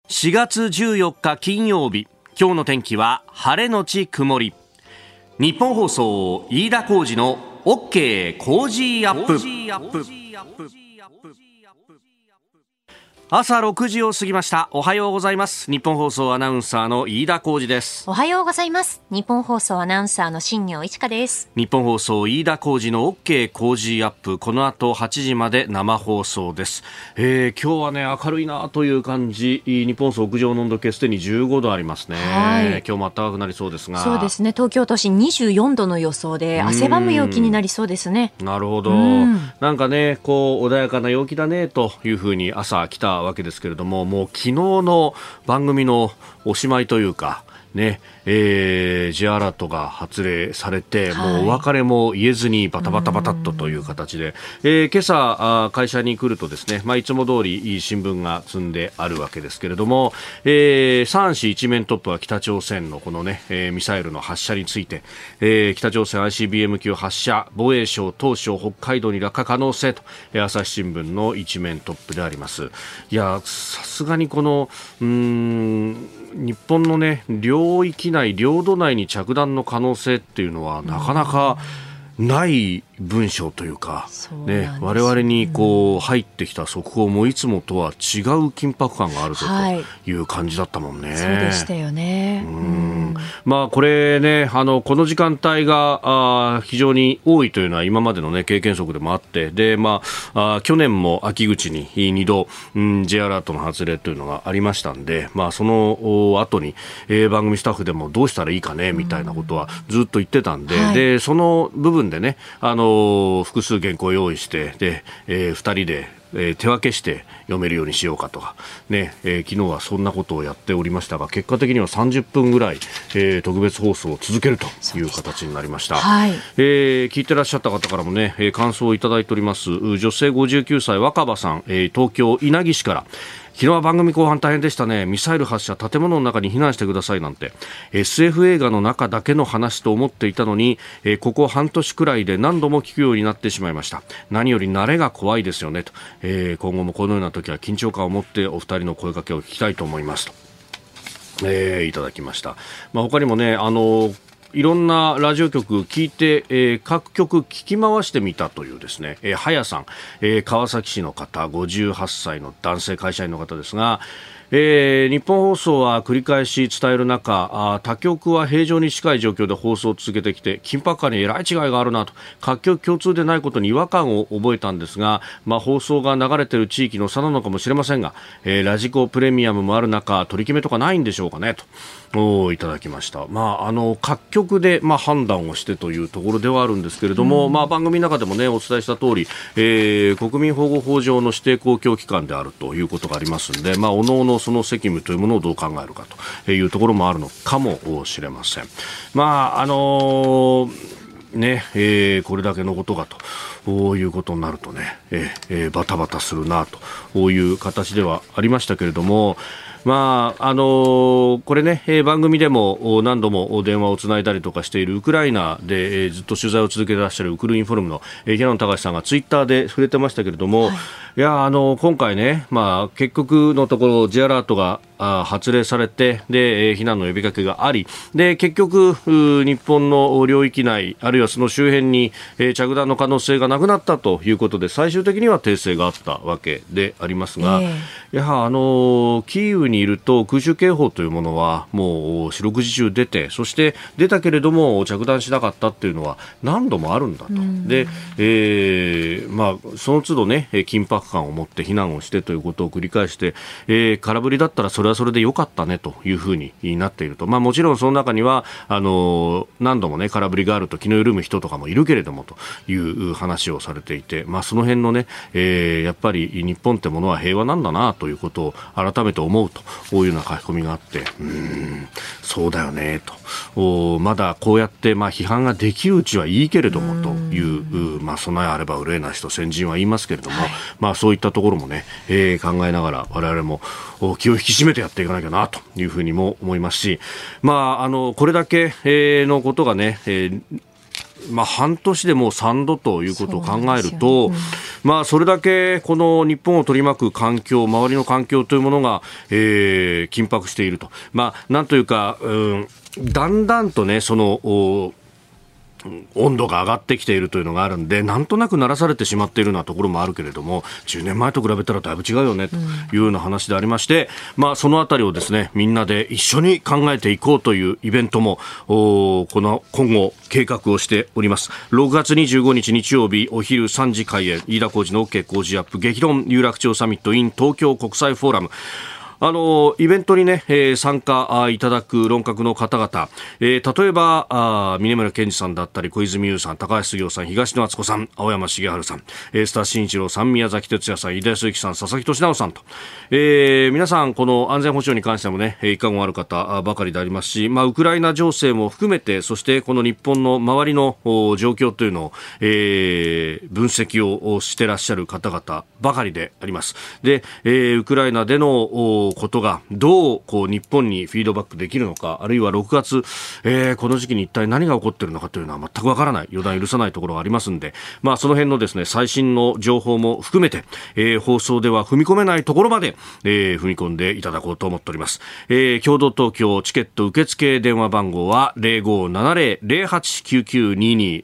4月14日金曜日、今日の天気は晴れのち曇り。日本放送飯田浩司の OK 工事アップ。朝6時を過ぎました。おはようございます。日本放送アナウンサーの飯田浩司です。 おはようございます。日本放送アナウンサーの新業一華です。 日本放送飯田浩司の OK 工事アップ、この後8時まで生放送です。今日はね、明るいなという感じ。日本放送屋上の温度計すでに15度ありますね。 はい、 今日も暖かくなりそうですが。 そうですね、東京都心24度の予想で汗ばむ陽気になりそうですね。 なるほど。なんかね、こう穏やかな陽気だねというふうに朝来たわけですけれども、もう昨日の番組のおしまいというかね、J アラートが発令されて、もうお別れも言えずにバタバタバタっという形で、今朝会社に来るとですね、いつも通り新聞が積んであるわけですけれども、3紙一面トップは北朝鮮のこのね、ミサイルの発射について、北朝鮮 ICBM 級発射、防衛省当初北海道に落下可能性と、朝日新聞の一面トップであります。いや、さすがにこの日本のね、領域内領土内に着弾の可能性っていうのはなかなかない文章というか、ね、我々にこう入ってきた速報もいつもとは違う緊迫感があるぞという感じだったもんね。 そうでしたよね。 これね、この時間帯が非常に多いというのは今までの、ね、経験則でもあって、で、去年も秋口に2度、J アラートの発令というのがありましたんで、その後に、番組スタッフでもどうしたらいいかねみたいなことはずっと言ってたんで、でその部分でね、複数原稿を用意して、で、2人で手分けして読めるようにしようかとか、ね、昨日はそんなことをやっておりましたが、結果的には30分ぐらい、特別放送を続けるという形になりました。聞いてらっしゃった方からもね、感想をいただいております。女性59歳若葉さん、東京稲城市から、昨日は番組後半大変でしたね。ミサイル発射、建物の中に避難してくださいなんて SF 映画の中だけの話と思っていたのに、ここ半年くらいで何度も聞くようになってしまいました。何より慣れが怖いですよねと、今後もこのような時は緊張感を持ってお二人の声掛けを聞きたいと思いますと、いただきました。他にもね、いろんなラジオ局聞いて、各局聞き回してみたというですね、はやさん、川崎市の方、58歳の男性会社員の方ですが、日本放送は繰り返し伝える中、他局は平常に近い状況で放送を続けてきて、緊迫感にえらい違いがあるなと、各局共通でないことに違和感を覚えたんですが、放送が流れている地域の差なのかもしれませんが、ラジコプレミアムもある中、取り決めとかないんでしょうかねといただきました。各局で、判断をしてというところではあるんですけれども、番組の中でもね、お伝えした通り、国民保護法上の指定公共機関であるということがありますので、おのおのその責務というものをどう考えるかというところもあるのかもしれません。これだけのことがということになるとね、バタバタするなという形ではありましたけれども、これね、番組でも何度も電話をつないだりとかしているウクライナで、ずっと取材を続けていらっしゃるウクルインフォルムの、平野隆さんがツイッターで触れてましたけれども、いや、今回ね、結局のところ J アラートが発令されて、で、避難の呼びかけがあり、で、結局日本の領域内あるいはその周辺に、着弾の可能性がなくなったということで、最終的には訂正があったわけでありますが、やはキーウにいると空襲警報というものはもう四六時中出て、そして出たけれども着弾しなかったっていうのは何度もあるんだと。で、その都度ね、緊迫感を持って避難をしてということを繰り返して、空振りだったらそれはそれで良かったねというふうになっていると。もちろんその中には何度もね、空振りがあると気の緩む人とかもいるけれどもという話をされていて、その辺のね、やっぱり日本ってものは平和なんだなということを改めて思うというような書き込みがあって、そうだよねと、まだこうやって批判ができるうちはいいけれどもという、備えあれば憂いなしと先人は言いますけれども、そういったところもね、考えながら我々も気を引き締めてやっていかなきゃなというふうにも思いますし、これだけのことがね、半年でもう3度ということを考えると、 それだけこの日本を取り巻く環境、周りの環境というものが、緊迫していると。なんというか、だんだんとね、その温度が上がってきているというのがあるんで、なんとなく慣らされてしまっているようなところもあるけれども、10年前と比べたらだいぶ違うよねというような話でありまして、そのあたりをですね、みんなで一緒に考えていこうというイベントも今後計画をしております。6月25日日曜日お昼3時開演、飯田浩司の OK 工事アップ激論有楽町サミット in 東京国際フォーラム。イベントにね、参加いただく論客の方々、例えば峯村健二さんだったり小泉悠さん、高橋杉雄さん、東野篤子さん、青山茂春さん、須田慎一郎さん、宮崎哲也さん、井田康之さん、佐々木俊直さんと、皆さんこの安全保障に関してもね、いかがある方ばかりでありますし、ウクライナ情勢も含めて、そしてこの日本の周りの状況というのを、分析をしてらっしゃる方々ばかりであります。で、ウクライナでのことがどう日本にフィードバックできるのか、あるいは6月、この時期に一体何が起こっているのかというのは全くわからない、予断許さないところがありますので、その辺のですね、最新の情報も含めて、放送では踏み込めないところまで、踏み込んでいただこうと思っております。共同東京チケット受付電話番号は 0570-089922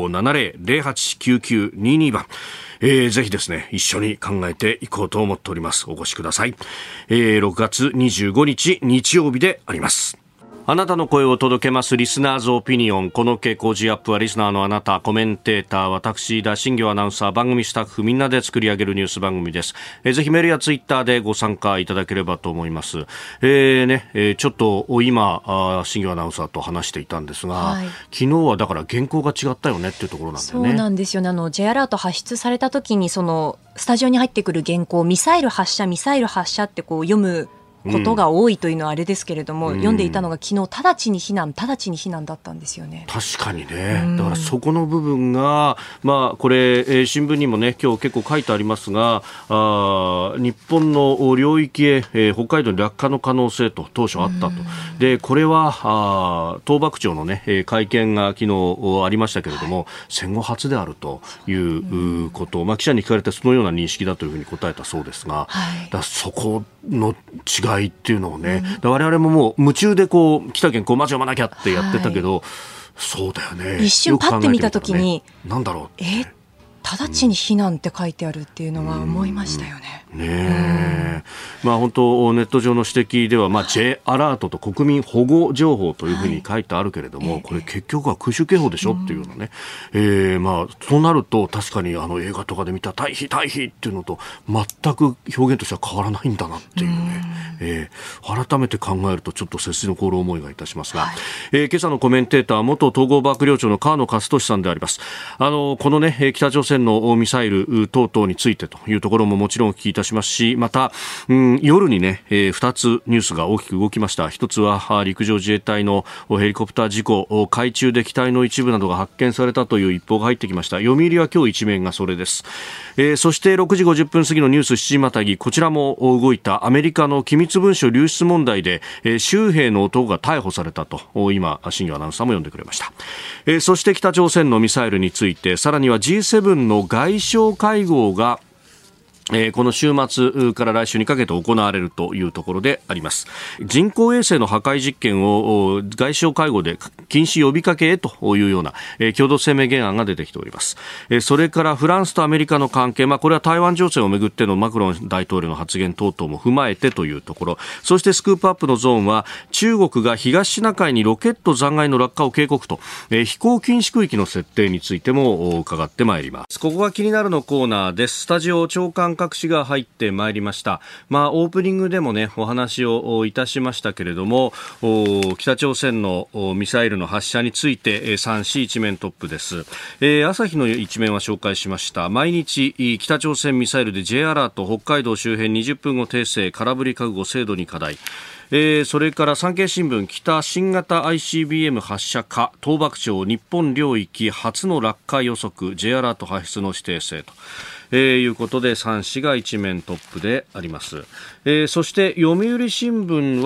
0570-089922 番、ぜひですね、一緒に考えていこうと思っております。お越しください。6月25日日曜日であります。あなたの声を届けますリスナーズオピニオン。この傾向ジアップはリスナーのあなた、コメンテーター、私田新行アナウンサー、番組スタッフみんなで作り上げるニュース番組です。ぜひメールやツイッターでご参加いただければと思います。ちょっと今新行アナウンサーと話していたんですが、昨日はだから原稿が違ったよねっていうところなんだよね。 そうなんですよね。J アラート発出された時に、そのスタジオに入ってくる原稿、ミサイル発射って読むことが多いというのはあれですけれども、読んでいたのが昨日直ちに避難だったんですよね。 確かにね。だからそこの部分が、これ、新聞にもね今日結構書いてありますが、日本の領域へ、北海道に落下の可能性と当初あったと。でこれは東幕長のね会見が昨日ありましたけれども、戦後初であるということを、記者に聞かれてそのような認識だというふうに答えたそうですが、だそこの違いっていうのをね、我々ももう夢中で来たけんマジ読まなきゃってやってたけど、そうだよね。 一瞬パッて見た時に、 なんだろう、 直ちに避難って書いてあるっていうのは思いましたよね。 本当ネット上の指摘では、J アラートと国民保護情報というふうに書いてあるけれども、これ結局は空襲警報でしょっていうようなね、そうなると確かに映画とかで見た退避っていうのと全く表現としては変わらないんだなっていうね、改めて考えるとちょっと切の凍る思いがいたしますが、今朝のコメンテーター元統合幕僚長の河野克俊さんであります。このね北朝鮮のミサイル等々についてというところももちろんお聞きいたしますし、また、夜にね、2つニュースが大きく動きました。一つは陸上自衛隊のヘリコプター事故、海中で機体の一部などが発見されたという一報が入ってきました。読売は今日一面がそれです。そして6時50分過ぎのニュース7時またぎ、こちらも動いたアメリカの機密文書流出問題で、州兵の男が逮捕されたと今新業アナウンサーも読んでくれました。そして北朝鮮のミサイルについて、さらには G7 の外相会合がこの週末から来週にかけて行われるというところであります。人工衛星の破壊実験を外相会合で禁止呼びかけへというような共同声明原案が出てきております。それからフランスとアメリカの関係、これは台湾情勢をめぐってのマクロン大統領の発言等々も踏まえてというところ。そしてスクープアップのゾーンは、中国が東シナ海にロケット残骸の落下を警告と、飛行禁止区域の設定についても伺ってまいります。ここが気になるのコーナーです。スタジオ長官各紙が入ってまいりました。オープニングでもねお話をいたしましたけれども、北朝鮮のミサイルの発射について3紙一面トップです。朝日の一面は紹介しました。毎日北朝鮮ミサイルで J アラート、北海道周辺20分後訂正、空振り覚悟精度に課題。それから産経新聞、北新型 ICBM 発射か、東幕長日本領域初の落下予測、 J アラート発出の指定性ということで3紙が一面トップであります。そして読売新聞は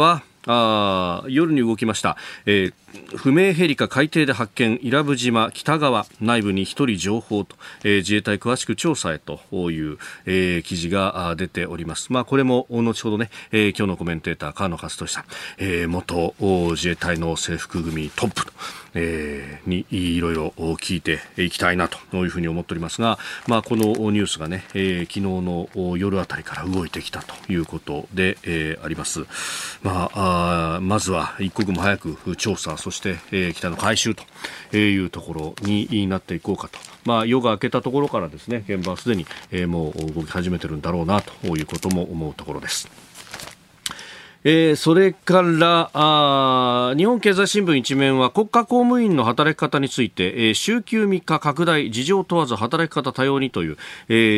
夜に動きました、不明ヘリか海底で発見、伊良部島北側内部に1人情報と、自衛隊詳しく調査へという、記事が出ております。これも後ほどね、今日のコメンテーター川野勝利さん、元自衛隊の制服組トップと、にいろいろ聞いていきたいなというふうに思っておりますが、このニュースがね、昨日の夜あたりから動いてきたということで、あります。まずは一刻も早く調査、そして、機体の回収というところになっていこうかと。夜が明けたところからですね、現場はすでに、もう動き始めてるんだろうなということも思うところです。それから日本経済新聞一面は国家公務員の働き方について、週休3日拡大、事情問わず働き方多様にという、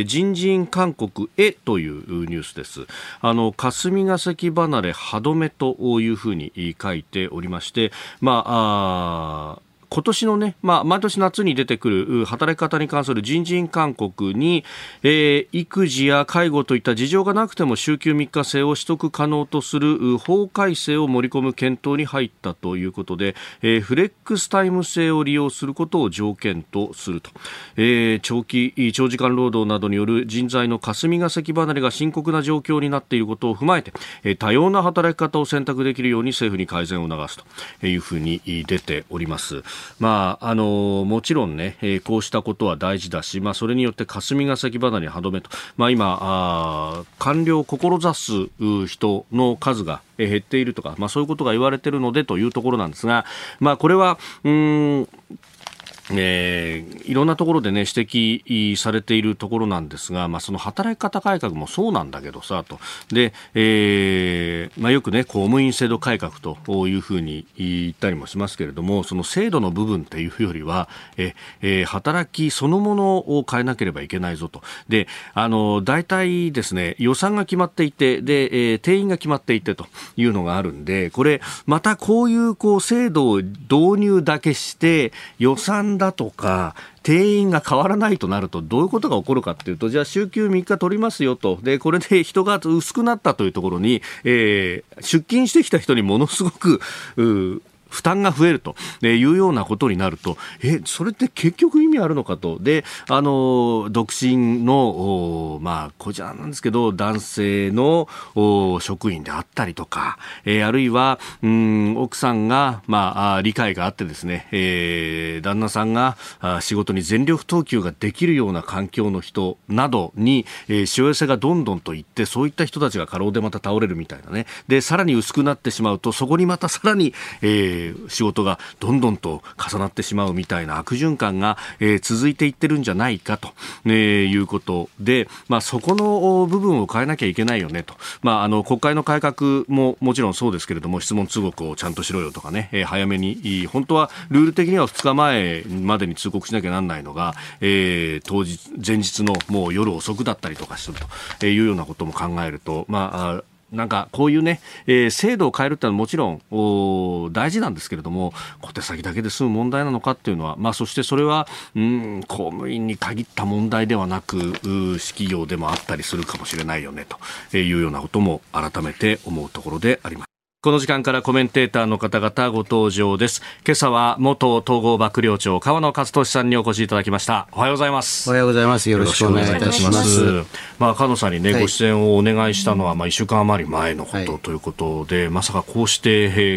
人事院勧告へというニュースです。霞が関離れ歯止めというふうに書いておりまして、今年のね、毎年夏に出てくる働き方に関する人事院勧告に、育児や介護といった事情がなくても週休3日制を取得可能とする法改正を盛り込む検討に入ったということで、フレックスタイム制を利用することを条件とすると、長時間労働などによる人材の霞が関離れが深刻な状況になっていることを踏まえて、多様な働き方を選択できるように政府に改善を促すというふうに出ております。もちろんね、こうしたことは大事だし、それによって霞が関離れに歯止めと、今官僚を志す人の数が減っているとか、そういうことが言われているのでというところなんですが、これはいろんなところでね、指摘されているところなんですが、その働き方改革もそうなんだけどさと。で、よくね、公務員制度改革というふうに言ったりもしますけれども、その制度の部分っていうよりは、働きそのものを変えなければいけないぞと。で、大体ですね、予算が決まっていて、で、定員が決まっていてというのがあるんで、これ、またこういう制度を導入だけして、予算だとか定員が変わらないとなるとどういうことが起こるかというと、じゃあ週休3日取りますよと。でこれで人が薄くなったというところに、出勤してきた人にものすごく負担が増えるというようなことになると、それって結局意味あるのかと。で、独身のこちらなんですけど、男性の職員であったりとか、あるいは奥さんが理解があってですね、旦那さんが仕事に全力投球ができるような環境の人などに、しわ寄せがどんどんといって、そういった人たちが過労でまた倒れるみたいなね。でさらに薄くなってしまうと、そこにまたさらに、仕事がどんどんと重なってしまうみたいな悪循環が、続いていってるんじゃないかと、いうことで、そこの部分を変えなきゃいけないよねと。国会の改革ももちろんそうですけれども、質問通告をちゃんとしろよとかね、早めに、本当はルール的には2日前までに通告しなきゃなんないのが、前日のもう夜遅くだったりとかするというようなことも考えると、なんかこういうね、制度を変えるってのはもちろん大事なんですけれども、小手先だけで済む問題なのかっていうのは、そしてそれは公務員に限った問題ではなく、私企業でもあったりするかもしれないよねというようなことも改めて思うところであります。この時間からコメンテーターの方々ご登場です。今朝は元統合幕僚長川野勝利さんにお越しいただきました。おはようございます。 おはようございます。よろしくお願いいたします。 川野さんにね、ご出演をお願いしたのは1週間余り前のことということで、まさかこうして、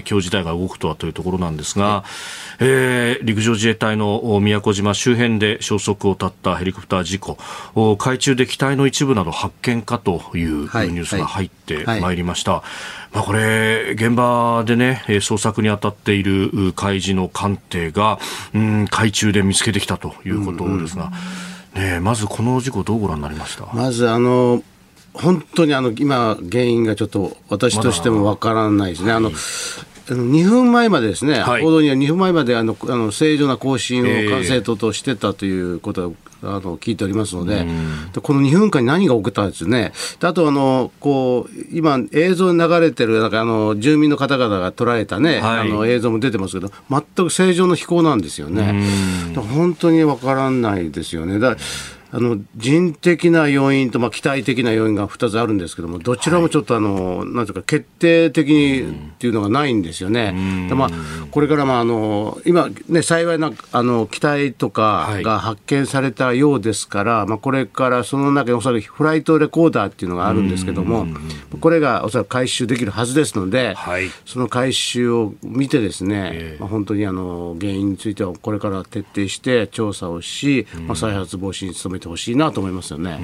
今日自体が動くとはというところなんですが、陸上自衛隊の宮古島周辺で消息を絶ったヘリコプター事故、海中で機体の一部など発見かというニュースが入ってまいりました。これ現場でね、捜索に当たっている海事の艦艇が海中で見つけてきたということですが、まずこの事故どうご覧になりました？ まず本当に今原因がちょっと私としてもわからないですね。2分前までですね、報道には2分前まで正常な更新を管制塔としてたということを聞いておりますので、この2分間に何が起きたんですよね。であと今映像に流れてる住民の方々が捉えたね、映像も出てますけど、全く正常の飛行なんですよね。本当にわからないですよね。人的な要因と機械的な要因が2つあるんですけども、どちらもちょっとなんていうか決定的にっていうのがないんですよね。でこれから今、ね、幸いな機体とかが発見されたようですから、これからその中におそらくフライトレコーダーっていうのがあるんですけども、これがおそらく回収できるはずですので、その回収を見てですね、本当に原因についてはこれから徹底して調査をし、再発防止に努めてほしいなと思いますよね。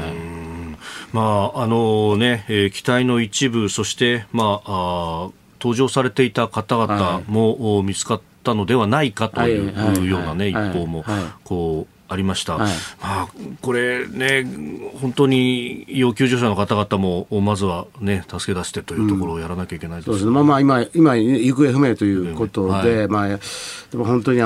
機体の一部、そして、搭乗されていた方々も、見つかったのではないかというような、一報もありました。これね、本当に要救助者の方々もまずは、ね、助け出してというところをやらなきゃいけないですね。 そうですね。今行方不明ということで、でも本当に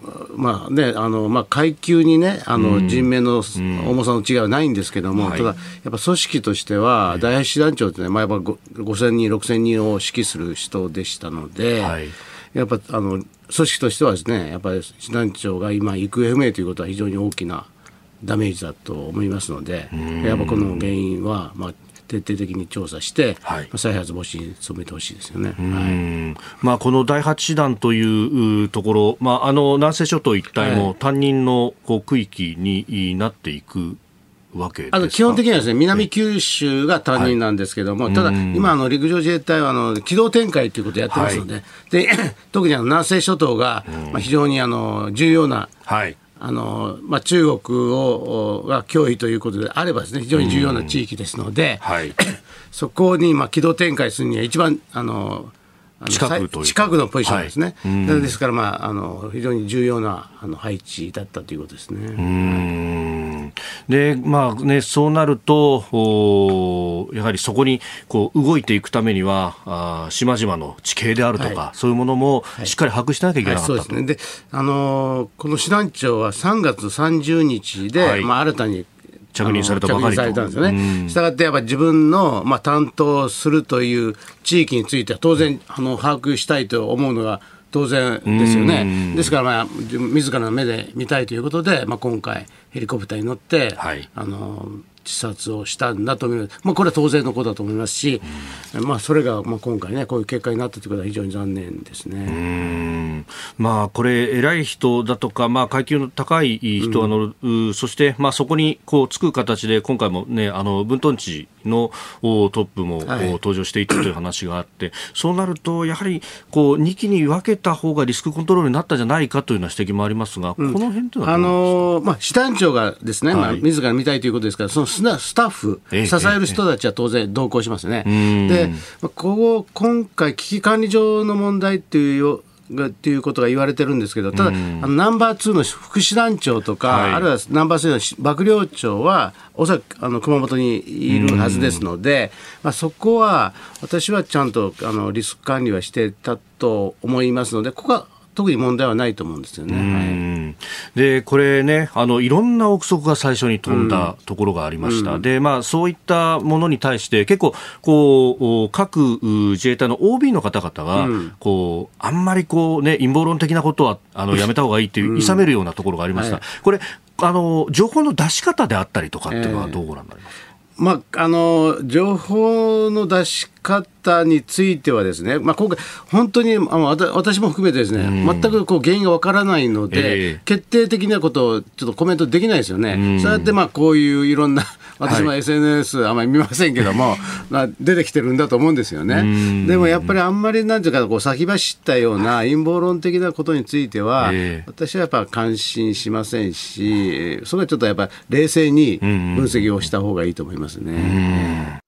階級にね、人命の重さの違いはないんですけども、ただやっぱ組織としては第8師団長ってね、やっぱ5000人6000人を指揮する人でしたので、やっぱ組織としてはですね、やっぱり師団長が今行方不明ということは非常に大きなダメージだと思いますので、やっぱこの原因は徹底的に調査して、再発防止に努めてほしいですよね。 この第8師団というところ、南西諸島一帯も担任の区域になっていく基本的にはですね、南九州が担任なんですけども、ただ今陸上自衛隊は機動展開ということをやってますので、特に南西諸島が非常に重要な、中国が脅威ということであればですね、非常に重要な地域ですので、そこに機動展開するには一番近くのポジションですね。ですから非常に重要な配置だったということですね。 でそうなるとやはりそこに動いていくためには島々の地形であるとか、そういうものもしっかり把握しなきゃいけなかったと。 そうですね。でこの師団長は3月30日で、新たに着任されたばかりと。 したんですよね。したがってやっぱり自分の、担当するという地域については当然把握したいと思うのが当然ですよね。ですから自らの目で見たいということで、今回ヘリコプターに乗って、視察をしたんだと思います。これは当然のことだと思いますし、それが今回ね、こういう結果になったということは非常に残念ですね。 これ偉い人だとか、階級の高い人が乗る、そしてそこにつく形で今回もね、分屯地のトップも登場していたという話があって、そうなるとやはり2期に分けた方がリスクコントロールになったんじゃないかというような指摘もありますが、この辺というのはどうですか？ 師団長がですね、自ら見たいということですから、そのスタッフ、支える人たちは当然同行しますね。で、今回危機管理上の問題っていうことが言われてるんですけど、ただナンバー2の副師団長とか、あるいはナンバー3の幕僚長はおそらく熊本にいるはずですので、そこは私はちゃんとリスク管理はしてたと思いますので、ここは特に問題はないと思うんですよね。 でこれね、いろんな憶測が最初に飛んだところがありました。でそういったものに対して結構各自衛隊の OB の方々があんまり陰謀論的なことはやめた方がいいという諌めるようなところがありました。これ情報の出し方であったりとかっていうのはどうご覧になりますか？ 情報の出し方についてはですね、今回本当に私も含めてですね、全く原因がわからないので、決定的なことをちょっとコメントできないですよね。そうやってこういういろんな、私も SNS あまり見ませんけども、出てきてるんだと思うんですよね。でもやっぱりあんまりなんていうか先走ったような陰謀論的なことについては、私はやっぱ関心しませんし、それはちょっとやっぱ冷静に分析をした方がいいと思いますね。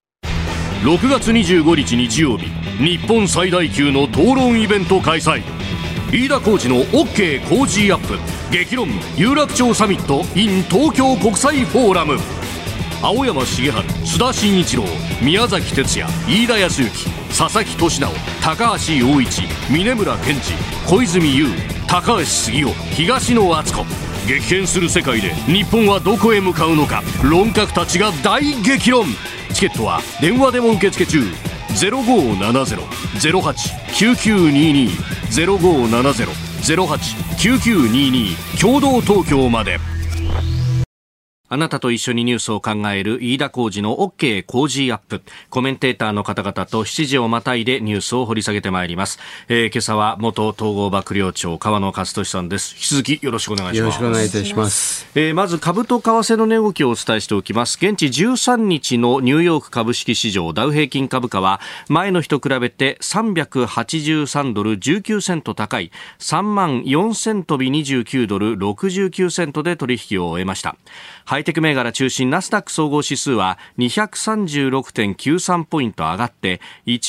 6月25日日曜日、日本最大級の討論イベント開催。飯田浩司の OK 工事アップ激論有楽町サミット in 東京国際フォーラム。青山茂春、須田慎一郎、宮崎哲也、飯田康之、佐々木俊直、高橋陽一、峯村健二、小泉悠、高橋杉雄、東野篤子。激変する世界で日本はどこへ向かうのか、論客たちが大激論。チケットは電話でも受付中。 0570-08-9922 0570-08-9922 共同東京まで。 あなたと一緒にニュースを考える飯田浩司の OK 工事アップ。コメンテーターの方々と7時をまたいでニュースを掘り下げてまいります。今朝は元統合幕僚長川野勝利さんです。引き続きよろしくお願いします。 よろしくお願いいたします。 まず株と為替の値動きをお伝えしておきます。現地13日のニューヨーク株式市場ダウ平均株価は前の日と比べて383ドル19セント高い 34,000 飛び29ドル69セントで取引を終えました。ハイテク銘柄中心ナスダック総合指数は 236.93 ポイント上がって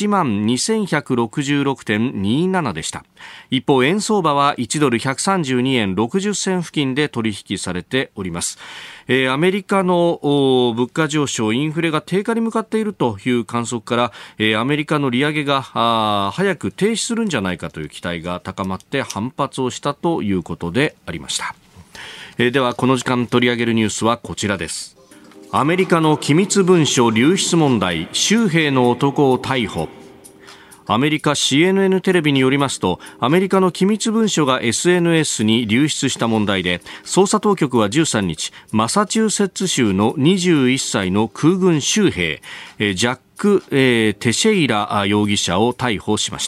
12,2166.27 でした。一方円相場は1ドル132円60銭付近で取引されております。アメリカの物価上昇インフレが低下に向かっているという観測から、アメリカの利上げが早く停止するんじゃないかという期待が高まって反発をしたということでありました。ではこの時間取り上げるニュースはこちらです。アメリカの機密文書流出問題、州兵の男を逮捕。アメリカ CNN テレビによりますと、アメリカの機密文書が SNS に流出した問題で、捜査当局は13日、マサチューセッツ州の21歳の空軍州兵、ジャック・テシェイラ容疑者を逮捕しました。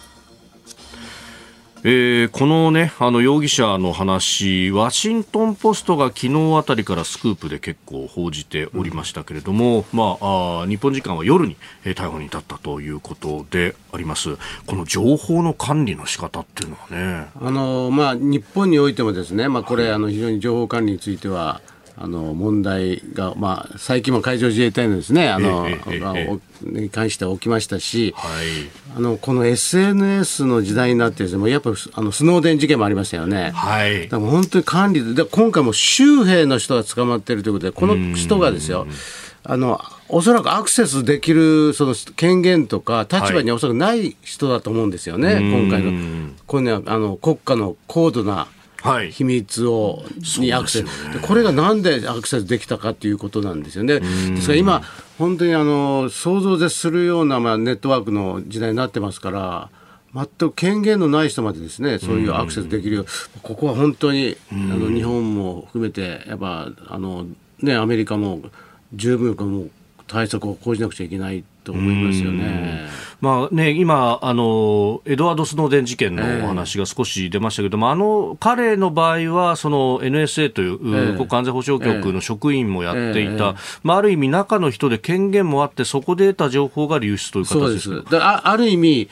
このね、容疑者の話、ワシントンポストが昨日あたりからスクープで結構報じておりましたけれども、日本時間は夜に逮捕に至ったということであります。この情報の管理の仕方っていうのはね、 日本においてもですね、これ非常に情報管理については問題が、最近も海上自衛隊のですねに関しては起きましたし、この SNS の時代になってですね、やっぱりスノーデン事件もありましたよね。だから本当に管理で、今回も州兵の人が捕まっているということで、この人がですよ、おそらくアクセスできるその権限とか立場におそらくない人だと思うんですよね。今回のこれ、国家の高度な秘密にアクセス、これがなんでアクセスできたかということなんですよね。ですから今本当に想像を絶するようなネットワークの時代になってますから、全く権限のない人までですね、そういうアクセスできるよう、ここは本当に日本も含めてやっぱアメリカも十分もう対策を講じなくちゃいけないと思いますよね。 今エドワード・スノーデン事件のお話が少し出ましたけども、彼の場合はその NSA という国家安全保障局の職員もやっていた、ある意味中の人で権限もあって、そこで得た情報が流出という形です。 そうです。ある意味、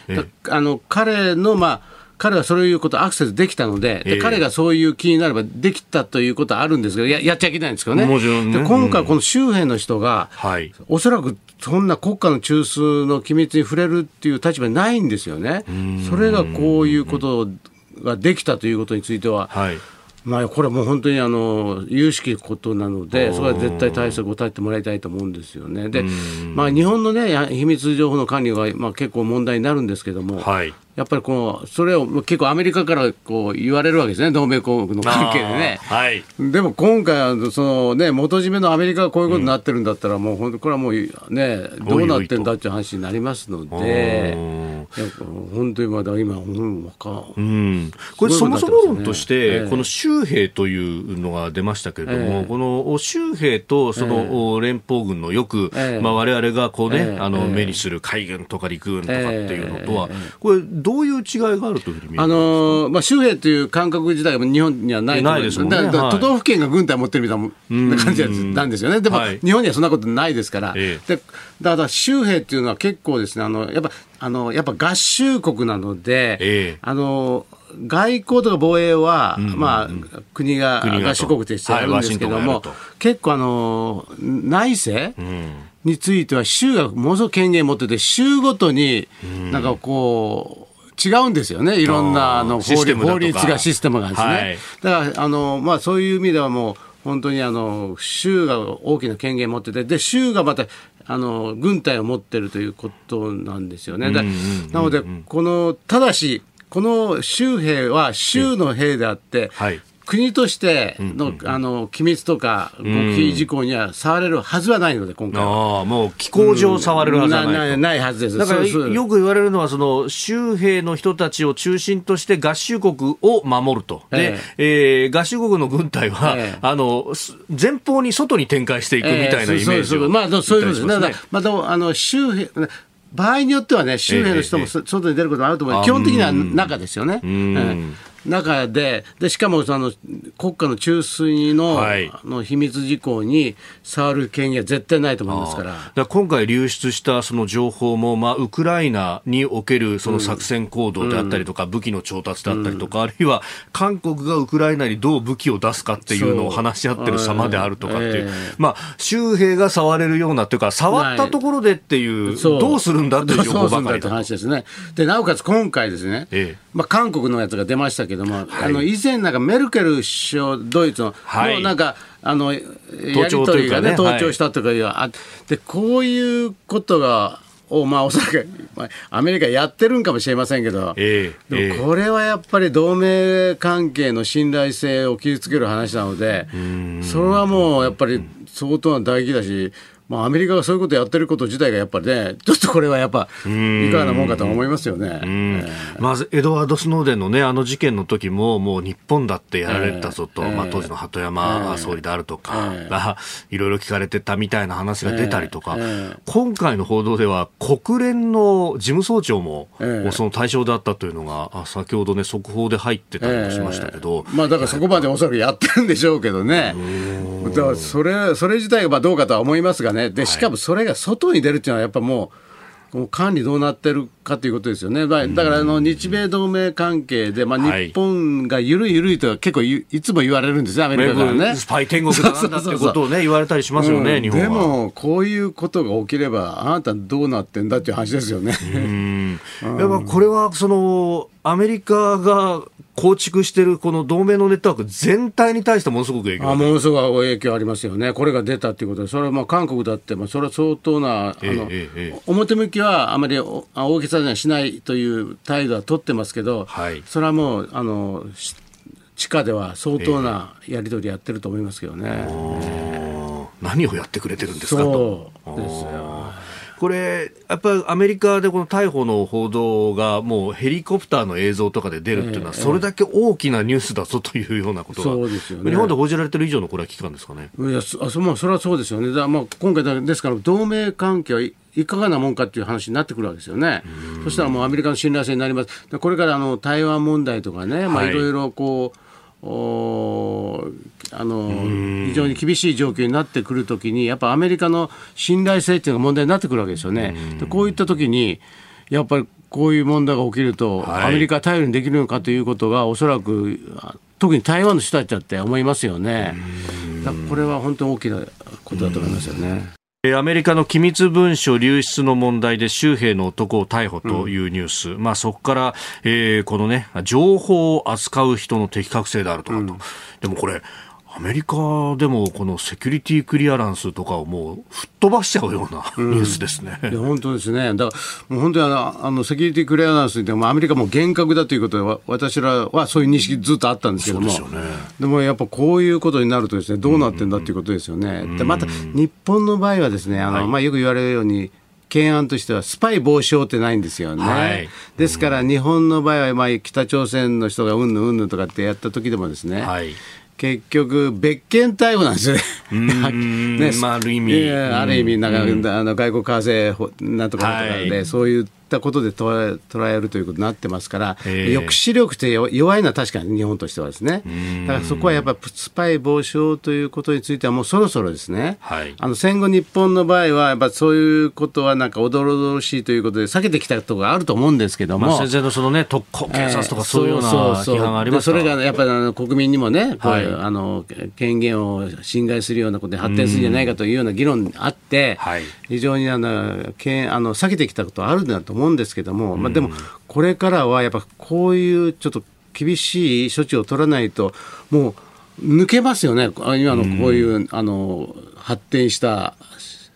彼はそういうことアクセスできたので、彼がそういう気になればできたということはあるんですけど、やっちゃいけないんですけどね。 もちろんね。 で今回この州兵の人が、おそらくそんな国家の中枢の機密に触れるっていう立場にないんですよね。それがこういうことができたということについては、これはもう本当に有識ことなので、それは絶対対策を立ててもらいたいと思うんですよね。で、日本のね、秘密情報の管理が結構問題になるんですけども、やっぱりそれを結構アメリカから言われるわけですね、同盟国の関係でね。でも今回は元締めのアメリカがこういうことになってるんだったら、もう本当これはもうね、どうなってんだっていう話になりますので、本当にまだ今、これそもそも論として、この州兵というのが出ましたけれども、この州兵とその連邦軍のよく、我々が目にする海軍とか陸軍とかっていうのとは、これどういう違いがあるというふうに見えますか？ 州兵という感覚自体が日本にはないですもんね。 都道府県が軍隊を持ってるみたいな感じなんですよね。でも、日本にはそんなことないですから。だから州兵っていうのは結構ですね、やっぱ合衆国なので、外交とか防衛は、国が合衆国としてやるんですけども、結構内政については州がものすごく権限を持ってて、州ごとに違うんですよね。いろんな法律がシステムがですね。だからそういう意味ではもう本当に州が大きな権限を持ってて、で州がまた軍隊を持っているということなんですよね。なのでただしこの州兵は州の兵であって、 国としての、機密とか極秘事項には触れるはずはないので、今回は。 もう機構上触れるはずはないと。 ないはずです。 だからよく言われるのは、その州兵の人たちを中心として合衆国を守ると。で、合衆国の軍隊は、前方に外に展開していくみたいなイメージを。 まあ、そういうことですね。また、州兵、場合によってはね、州兵の人も外に出ることもあると思うけど、基本的には中ですよね。中で、しかも国家の中枢の秘密事項に触る権限は絶対ないと思いますから。 だから今回流出したその情報も、ウクライナにおけるその作戦行動であったりとか、武器の調達であったりとか、あるいは韓国がウクライナにどう武器を出すかっていうのを話し合ってる様であるとかっていう、州兵が触れるようなというか、触ったところでっていう、どうするんだという情報ばかりと話ですね。で、なおかつ今回ですね、韓国のやつが出ましたけども、以前なんかメルケル首相、ドイツの、なんかやり取りがね、盗聴したとかいう、でこういうことがおそらくアメリカやってるんかもしれませんけど、でもこれはやっぱり同盟関係の信頼性を傷つける話なので、それはもうやっぱり相当な打撃だし、アメリカがそういうことやってること自体がやっぱりね、ちょっとこれはやっぱいかがなもんかと思いますよね。 まずエドワード・スノーデンのね、事件の時ももう日本だってやられたぞと、当時の鳩山総理であるとかがいろいろ聞かれてたみたいな話が出たりとか、今回の報道では国連の事務総長もその対象であったというのが先ほどね、速報で入ってたりもしましたけど、 だからそこまでおそらくやってるんでしょうけどね。だからそれ自体がどうかとは思いますがね。でしかもそれが外に出るっていうのはやっぱもう管理どうなってるかということですよね。だから日米同盟関係で、日本がゆるいと結構いつも言われるんですよ、アメリカからね。 スパイ天国だなんだってことをね、言われたりしますよね、日本は。 でもこういうことが起きればあなたどうなってんだっていう話ですよね。 やっぱこれはアメリカが構築しているこの同盟のネットワーク全体に対してものすごく影響ものすごい影響ありますよね。これが出たということで、それは韓国だってそれは相当な表向きはあまり大げさにはしないという態度は取ってますけど、それはもう地下では相当なやり取りやってると思いますけどね。 何をやってくれてるんですかと。 そうですよ。 これやっぱりアメリカでこの逮捕の報道がもうヘリコプターの映像とかで出るっていうのはそれだけ大きなニュースだぞというようなことが、 そうですよね、 日本で報じられてる以上のこれは危機感ですかね。 いやそれはそうですよね。今回ですから同盟関係はいかがなもんかっていう話になってくるわけですよね。そしたらもうアメリカの信頼性になります。これから台湾問題とかね、いろいろ非常に厳しい状況になってくるときにやっぱアメリカの信頼性っていうのが問題になってくるわけですよね。でこういったときにやっぱりこういう問題が起きると、アメリカは頼りにできるのかということがおそらく特に台湾の人たちだって思いますよね。だからこれは本当に大きなことだと思いますよね。 アメリカの機密文書流出の問題で州兵の男を逮捕というニュース、そこから、このね情報を扱う人の適格性であるとかと、でもこれアメリカでもこのセキュリティクリアランスとかをもう吹っ飛ばしちゃうようなニュースですね。 いや本当ですね。だからもう本当にセキュリティクリアランスでもアメリカも厳格だということで私らはそういう認識ずっとあったんですけども、でもやっぱこういうことになるとですね、どうなってんだということですよね。でまた日本の場合はですね、よく言われるように懸案としてはスパイ防止法ってないんですよね。ですから日本の場合は北朝鮮の人がうんぬんとかってやった時でもですね、結局別件逮捕なんですよね。 ある意味、 外国為替なんとかで、そういったことで捉えるということになってますから、抑止力って弱いのは確かに日本としてはですね。だからそこはやっぱりスパイ防止法ということについてはもうそろそろですね、戦後日本の場合はやっぱそういうことはなんかおどろおどろしいということで避けてきたところがあると思うんですけども、 戦前のそのね特攻警察とかそういうような批判がありますから、 それがやっぱり国民にもね、権限を侵害するようなことに発展するんじゃないかというような議論があって、非常に避けてきたことはあるんだと思うんですけども、でもこれからはやっぱこういうちょっと厳しい処置を取らないともう抜けますよね。今のこういう発展した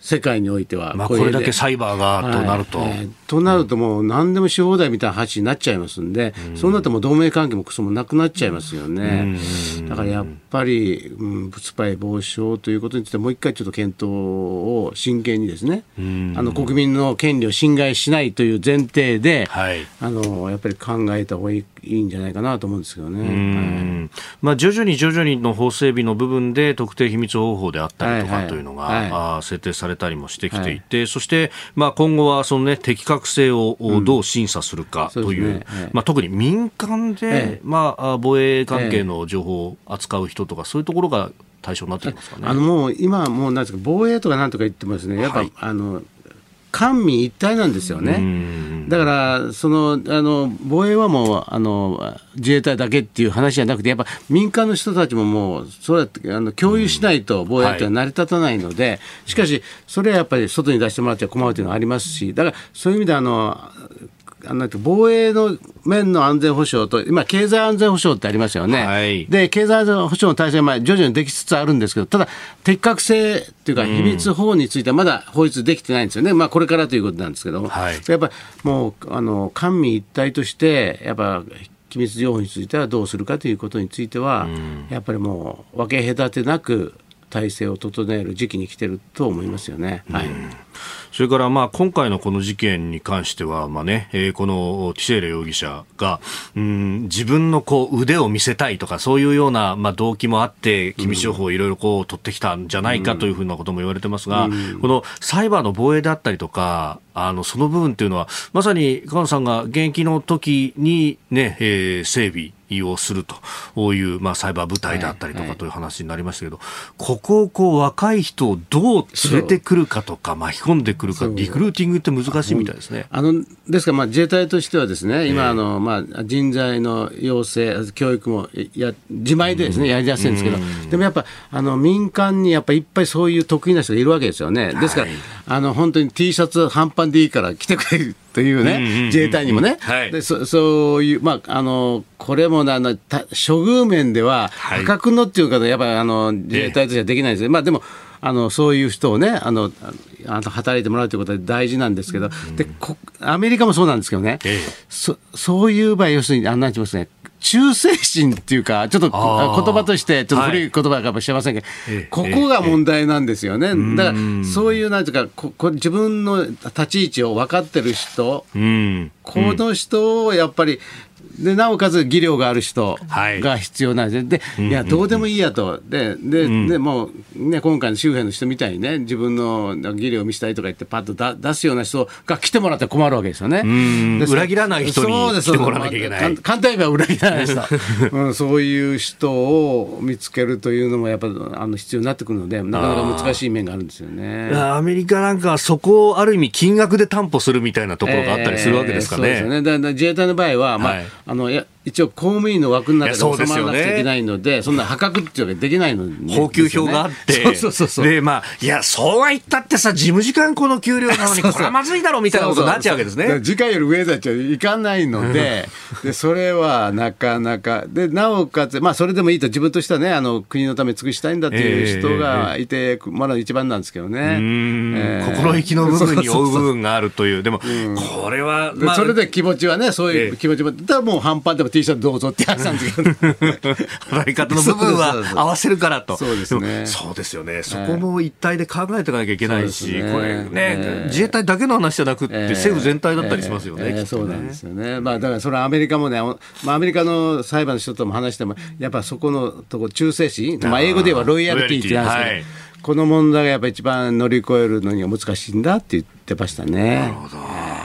世界においては、 これだけサイバーがとなると、 となるともう何でもし放題みたいな話になっちゃいますんで、そうなるともう同盟関係もクソもなくなっちゃいますよね。だからやっぱり、スパイ防止法ということについてもう一回ちょっと検討を真剣にですね、国民の権利を侵害しないという前提で、やっぱり考えた方がいいんじゃないかなと思うんですけどね。 徐々にの法整備の部分で特定秘密保護法であったりとかというのが、制定されたりもしてきていて、そして、今後はその、適格性をどう審査するかという、特に民間で、防衛関係の情報を扱う人とかそういうところが対象になってきますかね。 もう今はもうなんですか、防衛とかなんとか言ってますね。やっぱ、官民一体なんですよね。だから防衛はもう自衛隊だけっていう話じゃなくて、やっぱ民間の人たちももうそうやって共有しないと防衛って成り立たないので、しかしそれはやっぱり外に出してもらっては困るというのがありますし、だからそういう意味で防衛の面の安全保障と、今、経済安全保障ってありますよね。で、経済安全保障の体制は徐々にできつつあるんですけど、ただ、適格性っていうか、秘密保護についてはまだ法律できてないんですよね。これからということなんですけども、やっぱりもう、官民一体として、やっぱ、機密情報についてはどうするかということについては、やっぱりもう、分け隔てなく、体制を整える時期に来てると思いますよね。 それから今回のこの事件に関しては、このティシェーレ容疑者が自分の腕を見せたいとかそういうような動機もあって機密情報をいろいろ取ってきたんじゃないかというふうなことも言われてますが、このサイバーの防衛であったりとかその部分っていうのはまさに川野さんが現役の時に整備をするという、サイバー部隊だったりとかという話になりましたけど、ここを若い人をどう連れてくるかとか巻き込んでくるか、リクルーティングって難しいみたいですね。 ですから自衛隊としてはですね、今人材の養成教育も自前でですね、やりやすいんですけど、でもやっぱ民間にやっぱいっぱいそういう得意な人がいるわけですよね。ですから本当に T シャツ半パンでいいから着てくれるというね、自衛隊にもね、でそういうこれも処遇面では破格のっていうか、やっぱり自衛隊としてはできないですね。でもそういう人をね働いてもらうということは大事なんですけど、でアメリカもそうなんですけどね、そういう場合要するになんて言いますね、忠誠心っていうか、ちょっと言葉としてちょっと古い言葉かもしれませんけど、ここが問題なんですよね。だからそういうなんていうか自分の立ち位置を分かってる人、この人をやっぱりでなおかつ技量がある人が必要なんですね。でいやどうでもいいやと。でもうね、今回の周辺の人みたいにね、自分の技量を見せたいとか言ってパッと出すような人が来てもらって困るわけですよね。 裏切らない人に来てもらわなきゃいけない。 簡単に言えば裏切らない人、そういう人を見つけるというのもやっぱ必要になってくるので、なかなか難しい面があるんですよね。 アメリカなんかはそこをある意味金額で担保するみたいなところがあったりするわけですかね。 そうですよね。だから自衛隊の場合は、一応公務員の枠の中で収まらなくちゃいけないので、そんな破格っていうのができないので、 補給表があって、でいやそうは言ったってさ、事務次官この給料なのにこれはまずいだろうみたいなことになっちゃうわけですね。 次官より上だっちゃいかないので、それはなかなかで、なおかつそれでもいいと、自分としてはね、国のため尽くしたいんだっていう人がいて、まだ一番なんですけどね。 心意気の部分に負う部分があるという。でもこれはそれで気持ちはね、そういう気持ちもだもう半端でもT シャツどうぞって話なんですけど、 働き方の部分は合わせるからと。 そうですね。 そうですよね。そこも一体で考えていかなきゃいけないし、これね、自衛隊だけの話じゃなくって政府全体だったりしますよね。 そうなんですよね。だからそれはアメリカもね、アメリカの裁判の人とも話しても、やっぱそこのとこ忠誠心、英語で言えばロイヤリティって言うんですけど、この問題がやっぱり一番乗り越えるのには難しいんだって言ってましたね。 なるほど。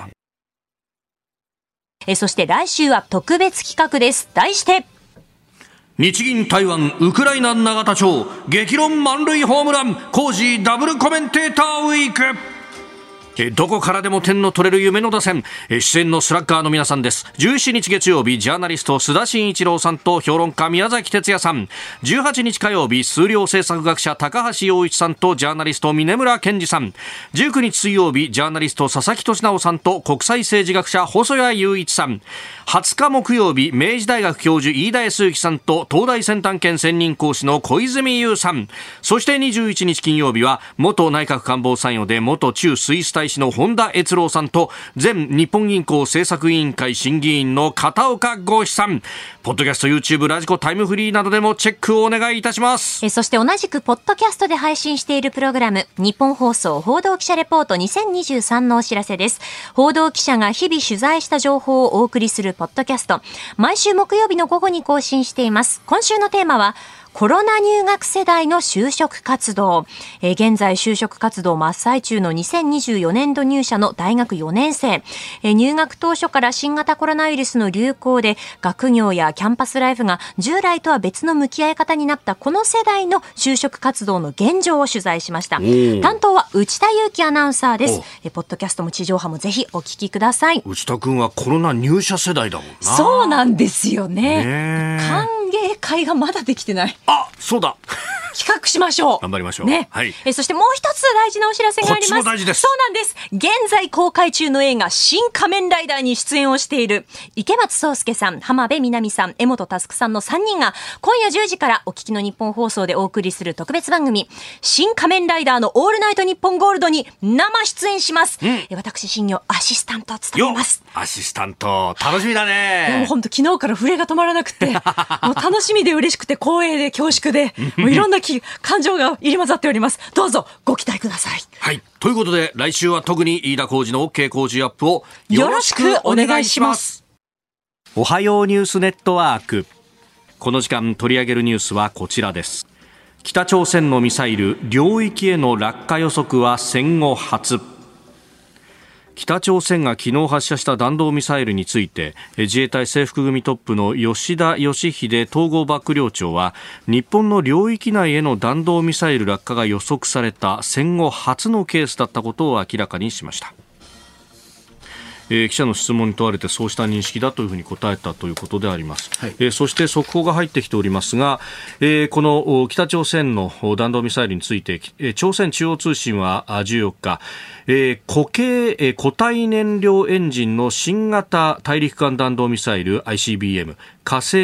そして来週は特別企画です。題して日銀台湾ウクライナ永田町激論満塁ホームラン工事ダブルコメンテーターウィーク。 どこからでも点の取れる夢の打線、出演のスラッガーの皆さんです。17日月曜日、ジャーナリスト須田慎一郎さんと評論家宮崎哲也さん。18日火曜日、数量政策学者高橋洋一さんとジャーナリスト峯村健二さん。19日水曜日、ジャーナリスト佐々木俊直さんと国際政治学者細谷雄一さん。20日木曜日、明治大学教授飯田康之さんと東大先端兼専任講師の小泉悠さん。そして21日金曜日は、元内閣官房参与で元駐スイス大使の本田悦郎さんと前日本銀行政策委員会審議員の片岡剛志さん。ポッドキャスト、 YouTube、 ラジコ、タイムフリーなどでもチェックをお願いいたします。 そして同じくポッドキャストで配信しているプログラム、日本放送報道記者レポート2023のお知らせです。報道記者が日々取材した情報をお送りするポッドキャスト、毎週木曜日の午後に更新しています。今週のテーマはコロナ入学世代の就職活動。現在就職活動真っ最中の2024年度入社の大学4年生。入学当初から新型コロナウイルスの流行で学業やキャンパスライフが従来とは別の向き合い方になったこの世代の就職活動の現状を取材しました。担当は内田裕樹アナウンサーです。ポッドキャストも地上波もぜひお聞きください。 内田君はコロナ入社世代だもんな。 そうなんですよね。歓迎会がまだできてない。 あ、そうだ。 企画しましょう。 頑張りましょう。 ね。 はい。 そしてもう一つ大事なお知らせがあります。 こっちも大事です。 そうなんです。現在公開中の映画新仮面ライダーに出演をしている池松壮亮さん、浜辺美波さん、江本佑さんの3人が今夜10時からお聞きの日本放送でお送りする特別番組、新仮面ライダーのオールナイトニッポンゴールドに生出演します。私、新業アシスタントを務めます。 アシスタント、楽しみだね。 もう本当昨日から震えが止まらなくて、もう楽しみで嬉しくて光栄で恐縮で、もういろんな感情が入り混ざっております。どうぞご期待ください。 はい。ということで、来週は特に飯田浩司の OK 工事アップをよろしくお願いします。おはようニュースネットワーク。この時間取り上げるニュースはこちらです。北朝鮮のミサイル領域への落下予測は戦後初。北朝鮮が昨日発射した弾道ミサイルについて、自衛隊制服組トップの吉田義秀統合幕僚長は、日本の領域内への弾道ミサイル落下が予測された戦後初のケースだったことを明らかにしました。記者の質問に問われてそうした認識だというふうに答えたということであります。はい。そして速報が入ってきておりますが、この北朝鮮の弾道ミサイルについて、朝鮮中央通信は14日、固体燃料エンジンの新型大陸間弾道ミサイル ICBM 火星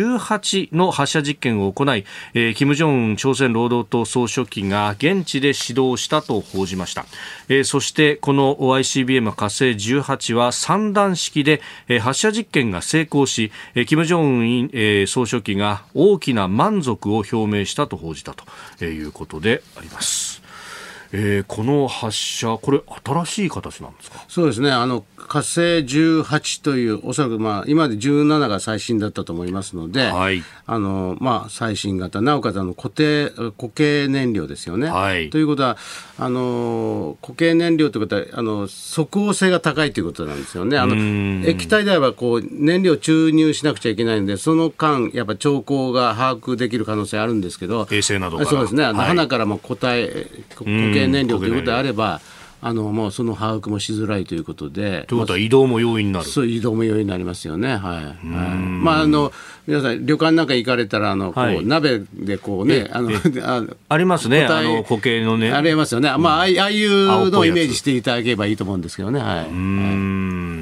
18の発射実験を行い、金正恩朝鮮労働党総書記が現地で指導したと報じました。そしてこの ICBM 火星18は3段式で、発射実験が成功し、金正恩総書記が大きな満足を表明したと報じたということであります。この発射、これ新しい形なんですか？ そうですね。火星18というおそらく今まで17が最新だったと思いますので、はい、最新型、なおかつ固形燃料ですよね。はい、ということは固形燃料ということは即応性が高いということなんですよね。液体であれば燃料注入しなくちゃいけないので、その間やっぱ兆候が把握できる可能性あるんですけど、 衛星などからそうですね。花からも固形燃料ということであれば、もうその把握もしづらいということで、 ということは移動も容易になる。 そう、移動も容易になりますよね。はい。皆さん旅館なんか行かれたら鍋でありますね。固形のね、 ありますよね。ああいうのをイメージしていただければいいと思うんですけどね。はい。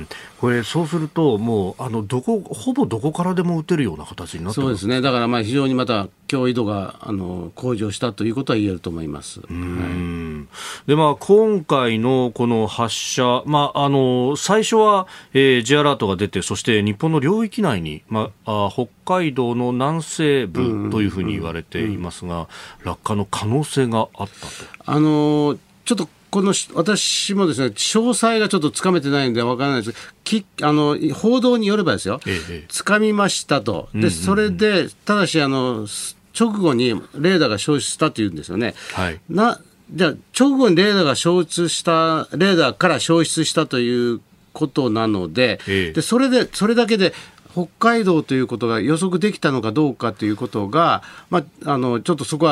これそうするともうほぼどこからでも撃てるような形になってます。 そうですね。だから非常にまた脅威度が向上したということは言えると思います。 で今回のこの発射、最初は、J アラートが出て、そして日本の領域内に、北海道の南西部というふうに言われていますが、落下の可能性があったと。 ちょっと私もですね、詳細がちょっとつかめてないのでわからないですけど、報道によればですよ、つかみましたと。で、それで、ただし、直後にレーダーが消失したというんですよね。はい。じゃあ、直後にレーダーから消失したということなので、で、それだけで、北海道ということが予測できたのかどうかということが、ちょっとそこは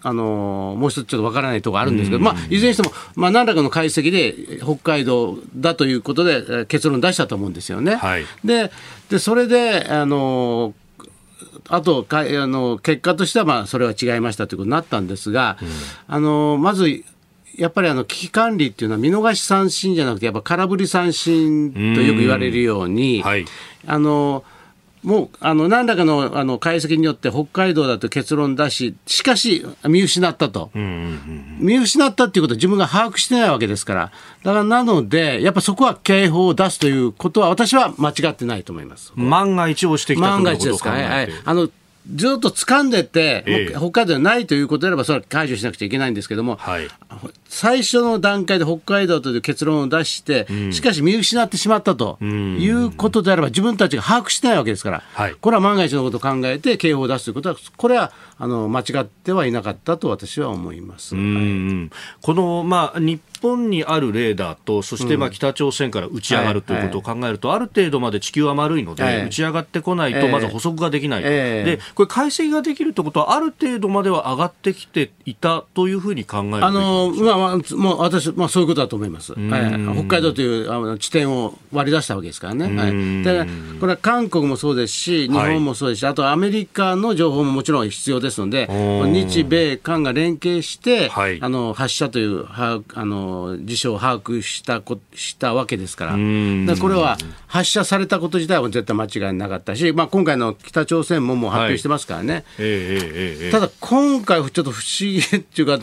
もう一つちょっとわからないところあるんですけど、いずれにしても、何らかの解析で北海道だということで結論出したと思うんですよね。 はい、 でそれであと結果としてはそれは違いましたということになったんですが、まずやっぱり危機管理っていうのは見逃し三振じゃなくてやっぱ空振り三振とよく言われるように、はい、もう何らかの解析によって北海道だと結論出し、しかし見失ったと、見失ったっていうことは自分が把握してないわけですから、だからなのでやっぱそこは警報を出すということは私は間違ってないと思います。 万が一をしてきたということを考えて、 ずっと掴んでて、北海道にないということであればそれは解除しなくちゃいけないんですけども、はい、最初の段階で北海道という結論を出して、しかし見失ってしまったということであれば自分たちが把握してないわけですから、はい、これは万が一のことを考えて警報を出すということはこれは間違ってはいなかったと私は思います。 この、日本にあるレーダーとそして北朝鮮から打ち上がるということを考えると、ある程度まで地球は丸いので、打ち上がってこないとまず補足ができないと、でこれ解析ができるということはある程度までは上がってきていたというふうに考えるべきですか。 もう私、そういうことだと思います。北海道という地点を割り出したわけですからね。でこれは韓国もそうですし日本もそうですし、あとアメリカの情報ももちろん必要ですので、日米韓が連携して、発射という事象を把握したわけですから、これは発射されたこと自体は絶対間違いなかったし、今回の北朝鮮ももう発表してますからね。ただ今回ちょっと不思議っていうか、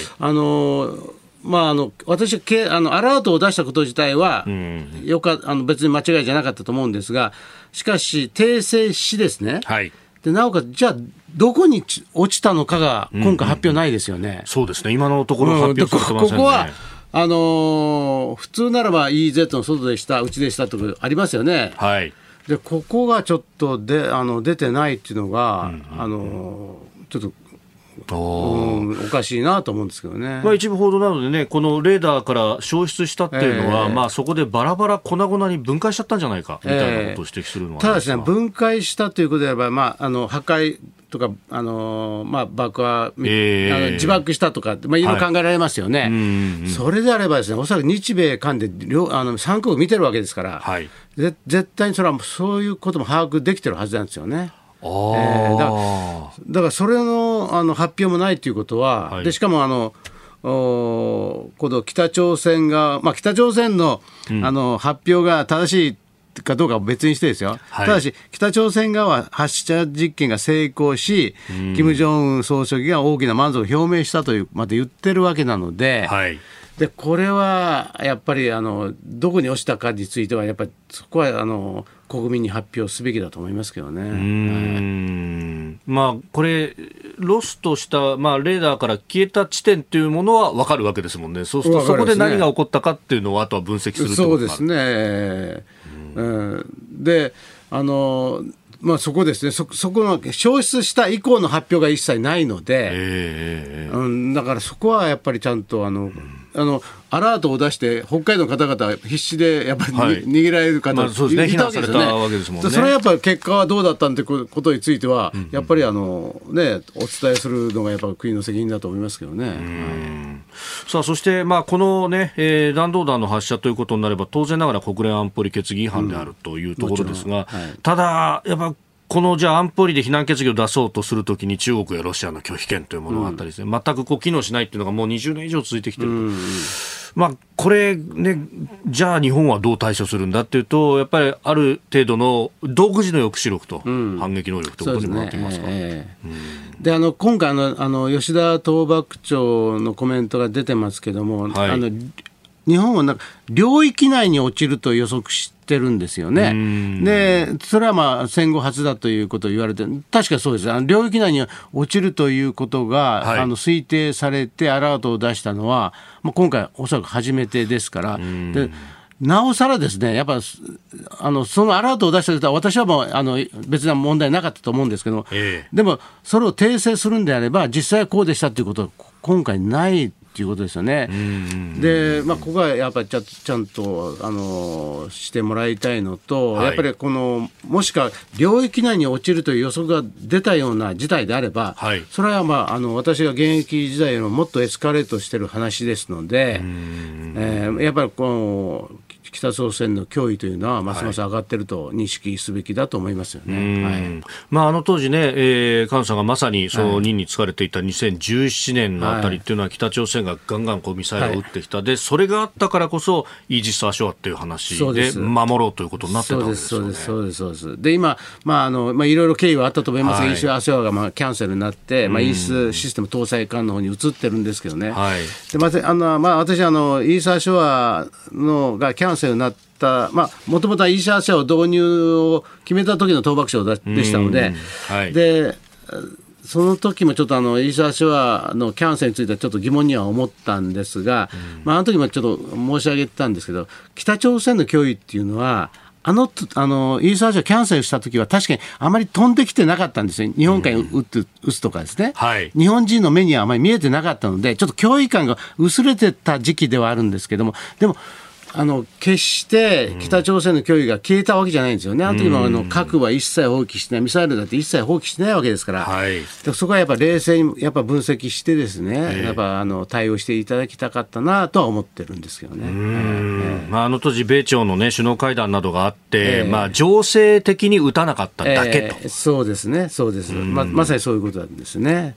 私はアラートを出したこと自体は別に間違いじゃなかったと思うんですが、しかし訂正しですね、でなおかつじゃあどこに落ちたのかが今回発表ないですよね。 そうですね、今のところ発表されてませんね。 ここは普通ならば EEZ の外でした、うちでしたとかありますよね。はい、でここがちょっと出てないっていうのが、ちょっとおかしいなと思うんですけどね。 一部報道などでね、このレーダーから消失したっていうのは、そこでバラバラ粉々に分解しちゃったんじゃないかみたいなことを指摘するのは、 ただですね、分解したということであれば、破壊とか爆破、自爆したとか、いろいろ考えられますよね。それであればですね、おそらく日米韓で3国見てるわけですから、絶対にそれはそういうことも把握できてるはずなんですよね。だからそれの発表もないということは、でしかもこの北朝鮮が、北朝鮮の、発表が正しいかどうかは別にしてですよ、ただし北朝鮮側は発射実験が成功し、金正恩総書記が大きな満足を表明したというまで言ってるわけなので、でこれはやっぱりどこに落ちたかについてはやっぱりそこは国民に発表すべきだと思いますけどね。 これロストした、レーダーから消えた地点というものは分かるわけですもんね。そうするとそこで何が起こったかっていうのをあとは分析するってことですね。でそこですね、そこの消失した以降の発表が一切ないので、だからそこはやっぱりちゃんとアラートを出して北海道の方々必死でやっぱり、逃げられる方がいたわけですよね。 避難されたわけですもんね。 それはやっぱり結果はどうだったんということについては、やっぱりお伝えするのがやっぱり国の責任だと思いますけどね。 さあそしてこのね、弾道弾の発射ということになれば当然ながら国連安保理決議違反であるというところですが、ただやっぱこのじゃあ安保理で非難決議を出そうとするときに中国やロシアの拒否権というものがあったりですね、全く機能しないというのがもう20年以上続いてきていると、これね、じゃあ日本はどう対処するんだっていうと、やっぱりある程度の独自の抑止力と反撃能力ということにもなっていますか。 で今回吉田東幕長のコメントが出てますけども、日本は領域内に落ちると予測してるんですよね。でそれは戦後初だということを言われて、確かにそうです。領域内に落ちるということが、推定されてアラートを出したのは、今回おそらく初めてですから、でなおさらですね、やっぱそのアラートを出した人は私はもう別な問題なかったと思うんですけど、でもそれを訂正するんであれば実際はこうでしたということは今回ないってっていうことですよね。で、ここはやっぱりちゃんとしてもらいたいのと、やっぱりもしか領域内に落ちるという予測が出たような事態であれば、それは私が現役時代よりももっとエスカレートしている話ですので、やっぱり北朝鮮の脅威というのはますます上がっていると認識すべきだと思いますよね。 当時ね、菅さんがまさにその任に就かれていた2017年のあたりっていうのは、北朝鮮がガンガンミサイルを撃ってきた、でそれがあったからこそイージス・アショアっていう話で守ろうということになってたわけですよね。 そうですで今、いろいろ経緯はあったと思いますが、イージス・アショアがキャンセルになって、イージスシステム搭載艦の方に移ってるんですけどね。で私イージス・アショアがキャンセルになったもともとはイージス・アショアを導入を決めた時の倒幕省でしたので、でその時もちょっとイージス・アショアのキャンセルについてはちょっと疑問には思ったんですが、あの時もちょっと申し上げてたんですけど、北朝鮮の脅威っていうのはイージス・アショアキャンセルした時は確かにあまり飛んできてなかったんですよ。日本海に撃つとかですね、日本人の目にはあまり見えてなかったので、ちょっと脅威感が薄れてた時期ではあるんですけども、でも決して北朝鮮の脅威が消えたわけじゃないんですよね。あの時も核は一切放棄してない、ミサイルだって一切放棄してないわけですから、でそこはやっぱ冷静にやっぱ分析してですね、やっぱ対応していただきたかったなとは思ってるんですけどね。 あの当時米朝の、首脳会談などがあって、情勢的に撃たなかっただけと、 そうですね、そうです、まさにそういうことなんですね。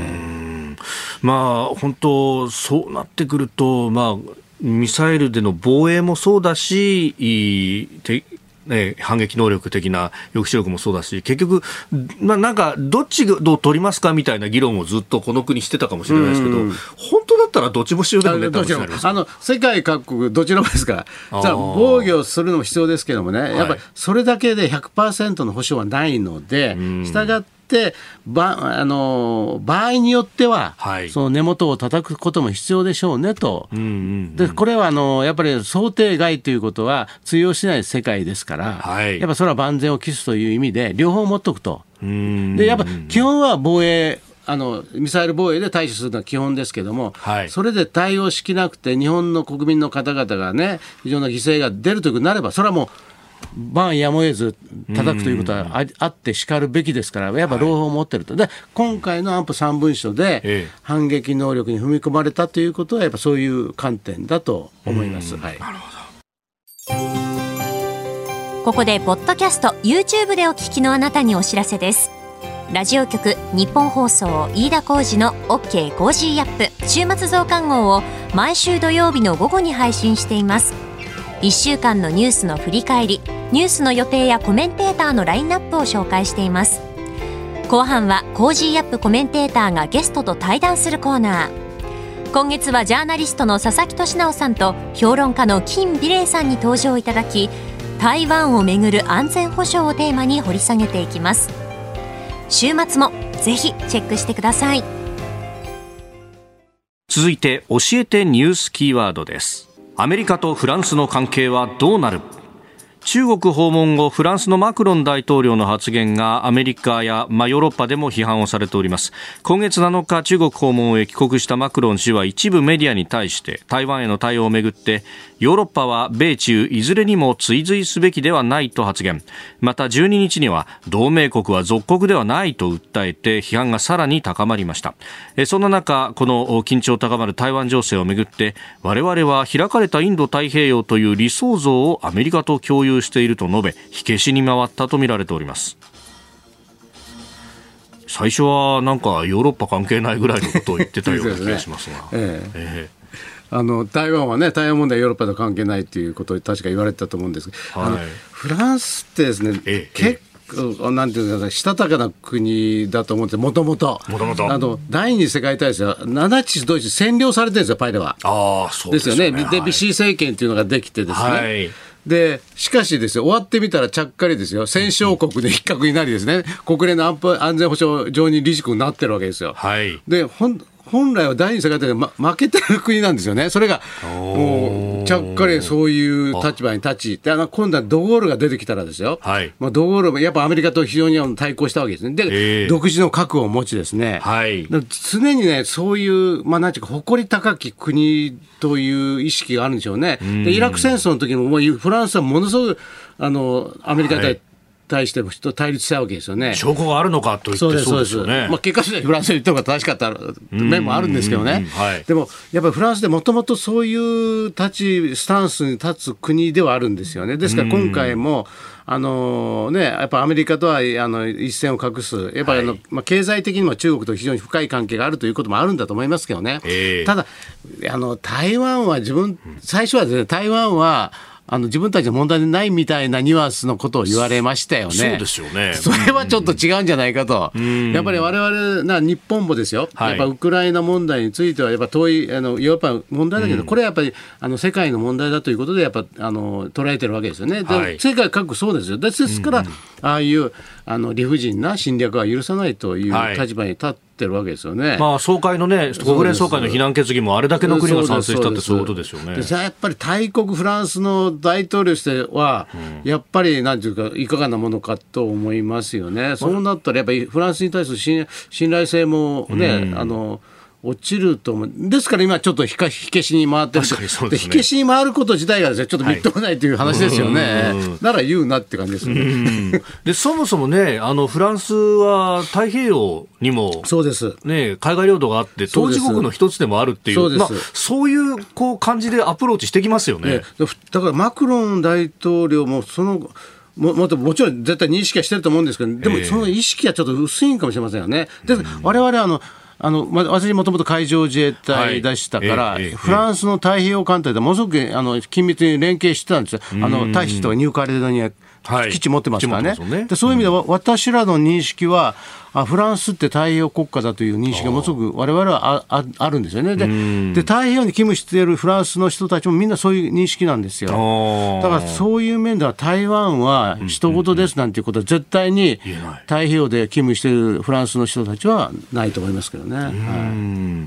本当そうなってくると、ミサイルでの防衛もそうだし、反撃能力的な抑止力もそうだし、結局、なんかどっちを取りますかみたいな議論をずっとこの国してたかもしれないですけど、本当だったらどっちも必要だよねって話になります。 世界各国どちらもですから、防御するのも必要ですけどもね、やっぱりそれだけで 100% の保証はないので、したがって場合によっては、その根元を叩くことも必要でしょうねと。でこれはやっぱり想定外ということは通用しない世界ですから、やっぱそれは万全を期すという意味で両方持っておくと。でやっぱ基本は防衛、ミサイル防衛で対処するのは基本ですけども、それで対応しきなくて日本の国民の方々がね、非常な犠牲が出るということになれば、それはもう万やむを得ず叩くということはあってしかるべきですから、やっぱ朗報を持っていると。で今回の安保3文書で反撃能力に踏み込まれたということはやっぱそういう観点だと思います。なるほど。ここでポッドキャスト YouTube でお聞きのあなたにお知らせです。ラジオ局日本放送飯田浩司の OK コージーアップ週末増刊号を毎週土曜日の午後に配信しています。1週間のニュースの振り返り、ニュースの予定やコメンテーターのラインナップを紹介しています。後半はコージーアップコメンテーターがゲストと対談するコーナー。今月はジャーナリストの佐々木俊直さんと評論家の金美玲さんに登場いただき、台湾をめぐる安全保障をテーマに掘り下げていきます。週末もぜひチェックしてください。 続いて教えてニュースキーワードです。アメリカとフランスの関係はどうなる？中国訪問後、フランスのマクロン大統領の発言がアメリカや、ヨーロッパでも批判をされております。今月7日、中国訪問へ帰国したマクロン氏は一部メディアに対して台湾への対応をめぐって、ヨーロッパは米中いずれにも追随すべきではないと発言。また12日には同盟国は属国ではないと訴えて批判がさらに高まりました。そんな中、この緊張高まる台湾情勢をめぐって、我々は開かれたインド太平洋という理想像をアメリカと共有していると述べ、火消しに回ったとみられております。最初はなんかヨーロッパ関係ないぐらいのことを言ってたような気がしますが、 台湾はね、台湾問題はヨーロッパと関係ないということを確か言われてたと思うんですけど、フランスってですね、結構なんていうか、したたかな国だと思って、もともと第二次世界大戦はナチスドイツ占領されてるんですよ、パイレは。 そうですよね。 でビシー政権というのができてですね、でしかしですよ、終わってみたらちゃっかりですよ、戦勝国で一角になりですね、国連の安全保障上に理事国になってるわけですよ。で本来は第二次世界大戦負けてる国なんですよね。それがもうちゃっかりそういう立場に立ち、で今度はドゴールが出てきたらですよ、 はい、 ドゴールもやっぱアメリカと非常に対抗したわけですね。で、独自の核を持ちですね、はい、常にね、そういう、なんていうか、誇り高き国という意識があるんでしょうね。でイラク戦争の時もフランスはものすごくアメリカに対して対立したわけですよね。 証拠があるのかと言ってそうですよね。 結果としてフランスに言った方が正しかった面もあるんですけどね、はい、でもやっぱりフランスでもともとそういうスタンスに立つ国ではあるんですよね。ですから今回もやっぱアメリカとは一線を画す、やっぱり経済的にも中国と非常に深い関係があるということもあるんだと思いますけどね、ただ台湾は最初はですね、台湾は自分たちの問題でないみたいなニュアンスのことを言われましたよね。 そうですよね。 それはちょっと違うんじゃないかと。やっぱり我々日本もですよ、はい、やっぱウクライナ問題についてはやっぱ遠いヨーロッパ問題だけど、これはやっぱり世界の問題だということでやっぱ捉えてるわけですよね。で、はい、世界各国そうですよ。ですから、ああいう理不尽な侵略は許さないという立場に立ってるわけですよね。 総会のね、国連総会の非難決議もあれだけの国が賛成したってそういうことですよね。 やっぱり大国フランスの大統領としては、やっぱりなんていうかいかがなものかと思いますよね。そうなったらやっぱりフランスに対する信頼性もね、落ちると思う。ですから今ちょっと火消しに回ってる。で火消しに回ること自体がですね、ちょっとみっともないという話ですよね。なら言うなって感じですね。 でそもそもね、フランスは太平洋にもそうです、 ね、海外領土があって当事国の一つでもあるっていう、そういう感じでアプローチしてきますよね。 だからマクロン大統領ももちろん絶対認識はしてると思うんですけど、でもその意識はちょっと薄いんかもしれませんよね。で我々私もともと海上自衛隊でしたから、フランスの太平洋艦隊でものすごく緊密に連携してたんですよ。大使とかニューカレドニア基地持ってますからね。でそういう意味では私らの認識はフランスって太平洋国家だという認識がものすごく我々はあるんですよね。で太平洋に勤務しているフランスの人たちもみんなそういう認識なんですよ。だからそういう面では台湾は人事ですなんていうことは絶対に太平洋で勤務しているフランスの人たちはないと思いますけどね。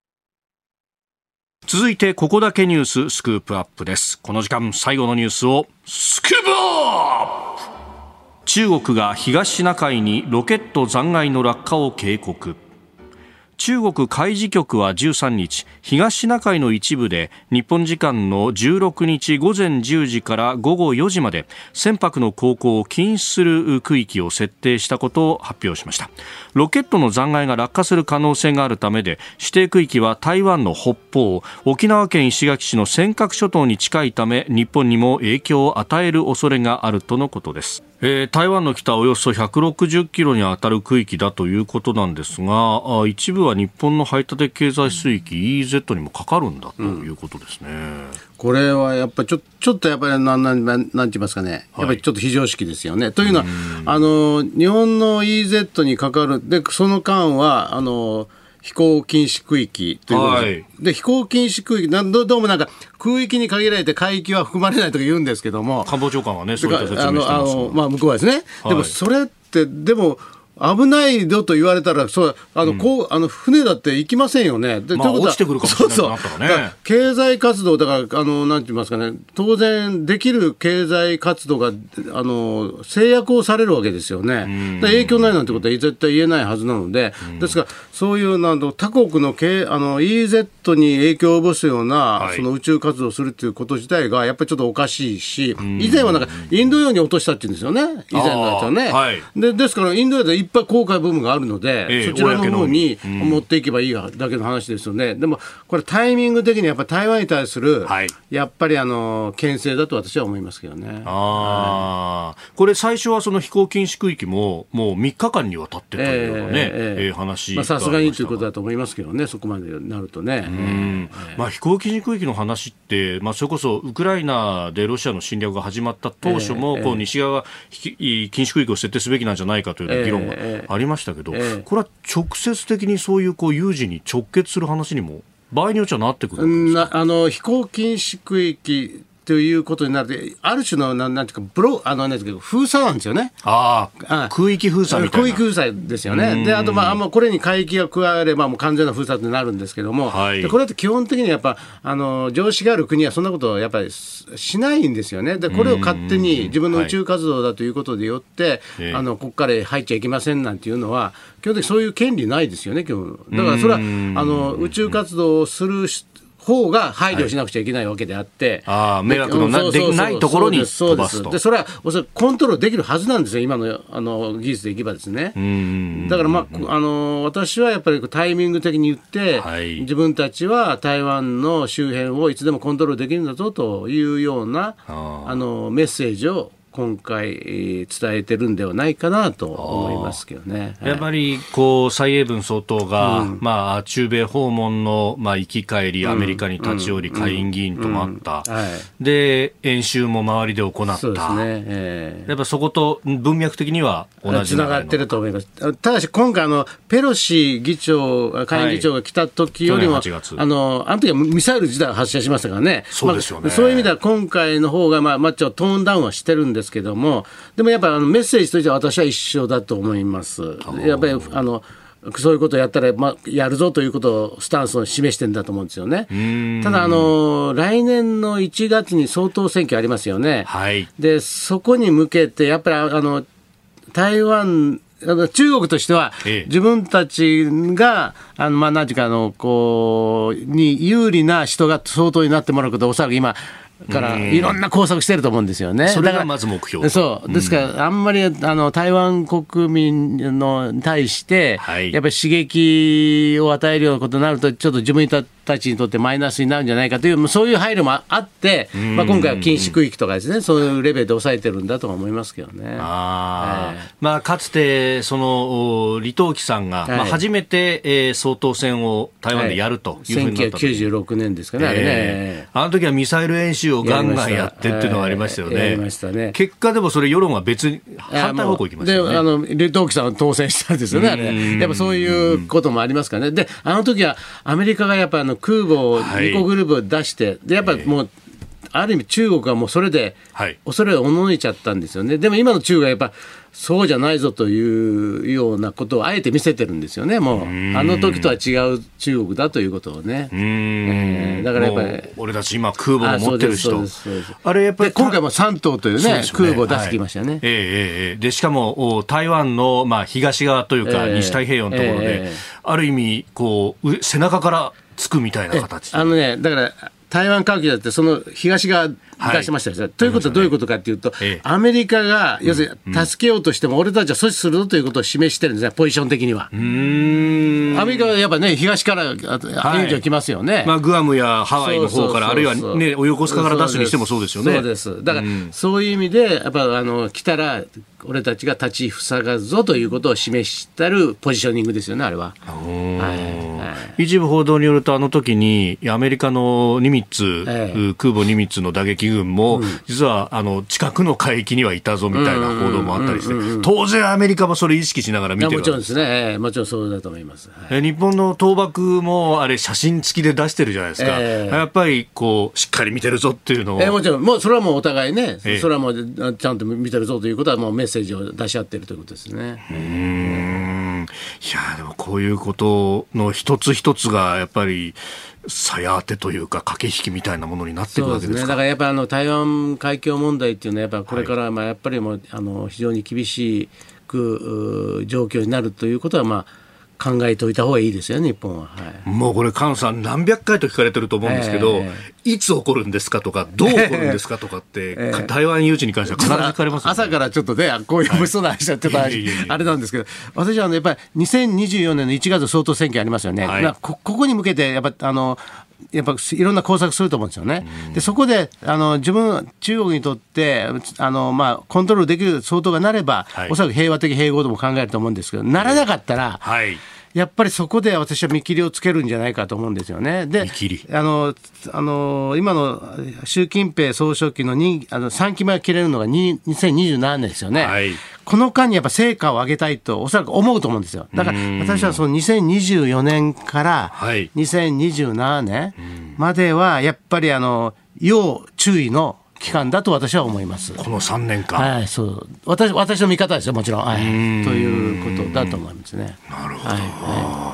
続いてここだけニューススクープアップです。この時間最後のニュースをスクープアップ。中国が東シナ海にロケット残骸の落下を警告。中国海事局は13日、東シナ海の一部で日本時間の16日午前10時から午後4時まで船舶の航行を禁止する区域を設定したことを発表しました。ロケットの残骸が落下する可能性があるためで、指定区域は台湾の北方、沖縄県石垣市の尖閣諸島に近いため、日本にも影響を与える恐れがあるとのことです。台湾の北およそ160キロに当たる区域だということなんですが、一部は日本の排他的経済水域 EEZ にもかかるんだということですね。 これはやっぱりちょっとやっぱりなんて言いますかね、やっぱりちょっと非常識ですよね。というのは日本の EEZ にかかるで、その間は飛行禁止区域ということで、で飛行禁止区域どうもなんか空域に限られて海域は含まれないとか言うんですけども、 官房長官はねそういった説明してます。 向こうはですね、でもそれってでも危ないよと言われたら船だって行きませんよね。で落ちてくるかもしれなくなったらね。 そう経済活動だからなんて言いますかね、当然できる経済活動が制約をされるわけですよね。影響ないなんてことは絶対言えないはずなので、ですからそういう他国のEEZ に影響を及ぼすような、その宇宙活動をするということ自体がやっぱりちょっとおかしいし、以前はなんかインド洋に落としたっていうんですよね。以前のやつはね。ですからインド洋でいっぱい航海部分があるので、そちらの方に持っていけばいいだけの話ですよね。でもこれタイミング的にやっぱり台湾に対する、やっぱり牽制だと私は思いますけどね。 これ最初はその飛行禁止区域ももう3日間にわたってというようなね、話さすがにということだと思いますけどね、そこまでなるとね。 飛行禁止区域の話って、それこそウクライナでロシアの侵略が始まった当初も、西側が禁止区域を設定すべきなんじゃないかという議論がありましたけど、これは直接的にそういう有事に直結する話にも場合によってはなってくるんですか。 飛行禁止区域ということになると、ある種のなんていうかなんていうか封鎖なんですよね。 空域封鎖みたいな。 空域封鎖ですよね。であとこれに海域が加わればもう完全な封鎖になるんですけども、 はい、 でこれって基本的にやっぱ常識がある国はそんなことをやっぱりしないんですよね。でこれを勝手に自分の宇宙活動だということでよって、ここから入っちゃいけませんなんていうのは基本的にそういう権利ないですよね。だからそれは宇宙活動をする方が配慮しなくちゃいけないわけであって、 迷惑のないところに飛ばすと。 でそれはおそらくコントロールできるはずなんですよ、今の技術でいけばですね。だから私はやっぱりタイミング的に言って、自分たちは台湾の周辺をいつでもコントロールできるんだぞというようなメッセージを今回伝えてるんではないかなと思いますけどね。 やっぱり蔡英文総統が、中米訪問の、行き帰りアメリカに立ち寄り、下院議員ともあった、で演習も周りで行った。 そうですね。 やっぱそこと文脈的には同じつながってると思います。ただし今回ペロシ議長下院議長が来た時よりも、 去年8月あの時はミサイル自体を発射しましたからね。 そうですよね。 そういう意味では今回の方がちょっとトーンダウンはしてるんですけども、でもやっぱりメッセージとしては私は一緒だと思います。やっぱりそういうことをやったら、やるぞということをスタンスを示してるんだと思うんですよね。ただ来年の1月に総統選挙ありますよね。でそこに向けてやっぱり台湾中国としては自分たちが何ていうかに有利な人が総統になってもらうことをおそらく今からいろんな工作してると思うんですよね。 それがまず目標。 そうですから、あんまり台湾国民に対して、やっぱり刺激を与えるようなことになるとちょっと自分たちにとってマイナスになるんじゃないかというそういう配慮もあって、今回は禁止区域とかですね、そういうレベルで抑えてるんだとは思いますけどね。 かつて李登輝さんが、初めて、総統選を台湾でやるというふうになった 1996年ですかね、あれね。 あの時はミサイル演習をガンガンやってっていうのがありましたよね。 やりましたね。 結果でもそれ世論は別に反対方向行きましたよね。 で李登輝さんは当選したんですよね、あれ。やっぱそういうこともありますからね。であの時はアメリカがやっぱ空母を2個グループを出して、でやっぱりもうある意味中国はもうそれで恐れをおののいちゃったんですよね。でも今の中国はやっぱそうじゃないぞというようなことをあえて見せてるんですよね。もうあの時とは違う中国だということをね。だからやっぱり俺たち今空母を持ってる人、 あれやっぱり今回も山東というね空母を出してきましたね。 でしかも台湾の東側というか西太平洋のところである意味背中からつくみたいな形。 だから台湾海峡だってその東側出しましたよ、ということはどういうことかというと、アメリカが要するに助けようとしても俺たちは阻止するぞということを示してるんですね、ポジション的には。アメリカはやっぱね東から援助が来ますよね。 グアムやハワイの方からあるいはね横須賀から出すにしてもそうですよね。 そうです。だからそういう意味でやっぱ来たら俺たちが立ち塞がずぞということを示してるポジショニングですよね、あれは。 一部報道によるとあの時にアメリカのニミッツ、空母ニミッツの打撃軍も、実は近くの海域にはいたぞみたいな報道もあったりして、当然アメリカもそれ意識しながら見てるわけです。 もちろんですね、もちろんそうだと思います。 日本の倒幕もあれ写真付きで出してるじゃないですか。やっぱりしっかり見てるぞっていうのを、 もちろんもうそれはもうお互いね、それはもうちゃんと見てるぞということはもうメッセージを出し合ってるということですね。 いやでもこういうことの一つ一つがやっぱりさや当てというか駆け引きみたいなものになっていくわけですか。そうですね。 だからやっぱり台湾海峡問題っていうのはやっぱこれからやっぱりもう非常に厳しく状況になるということは考えておいた方がいいですよね、日本は。 もうこれ菅さん何百回と聞かれてると思うんですけど、いつ起こるんですかとかどう起こるんですかとかって、台湾有事に関しては必ず聞かれますよね。 朝からちょっとねこういう物騒な話しちゃってたあれなんですけど、私はやっぱり2024年の1月総統選挙ありますよね。ここに向けてやっぱいろんな工作すると思うんですよね。でそこで中国にとってコントロールできる総統がなれば、おそらく平和的併合とも考えると思うんですけど、ならなかったら、やっぱりそこで私は見切りをつけるんじゃないかと思うんですよね。で今の習近平総書記の3期目が切れるのが2027年ですよね。この間にやっぱ成果を上げたいとおそらく思うと思うんですよ。だから私はその2024年から2027年まではやっぱり要注意の期間だと私は思います。 この3年間、 はい、そう、私の見方ですよ、もちろん、はい、ということだと思いますね。 なるほど、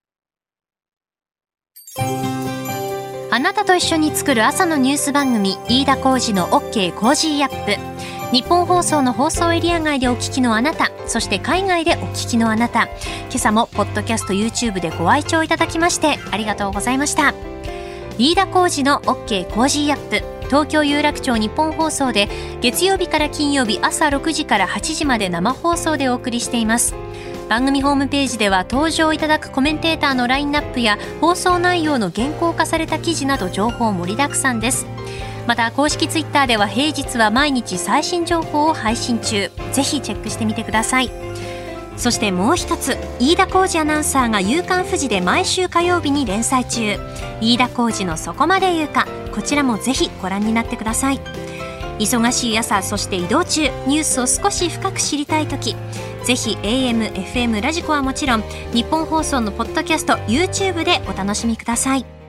あなたと一緒に作る朝のニュース番組、飯田浩司の OK コージーアップ。日本放送の放送エリア外でお聞きのあなた、そして海外でお聞きのあなた、今朝もポッドキャスト YouTube でご愛聴いただきましてありがとうございました。飯田浩司の OK コージーアップ、東京有楽町日本放送で月曜日から金曜日朝6時から8時まで生放送でお送りしています。番組ホームページでは登場いただくコメンテーターのラインナップや放送内容の原稿化された記事など情報盛りだくさんです。また公式ツイッターでは平日は毎日最新情報を配信中、ぜひチェックしてみてください。そしてもう一つ、飯田浩司アナウンサーが夕刊フジで毎週火曜日に連載中、飯田浩司のそこまで言うか、こちらもぜひご覧になってください。忙しい朝、そして移動中、ニュースを少し深く知りたいとき、ぜひ AM、FM、ラジコはもちろん日本放送のポッドキャスト YouTube でお楽しみください。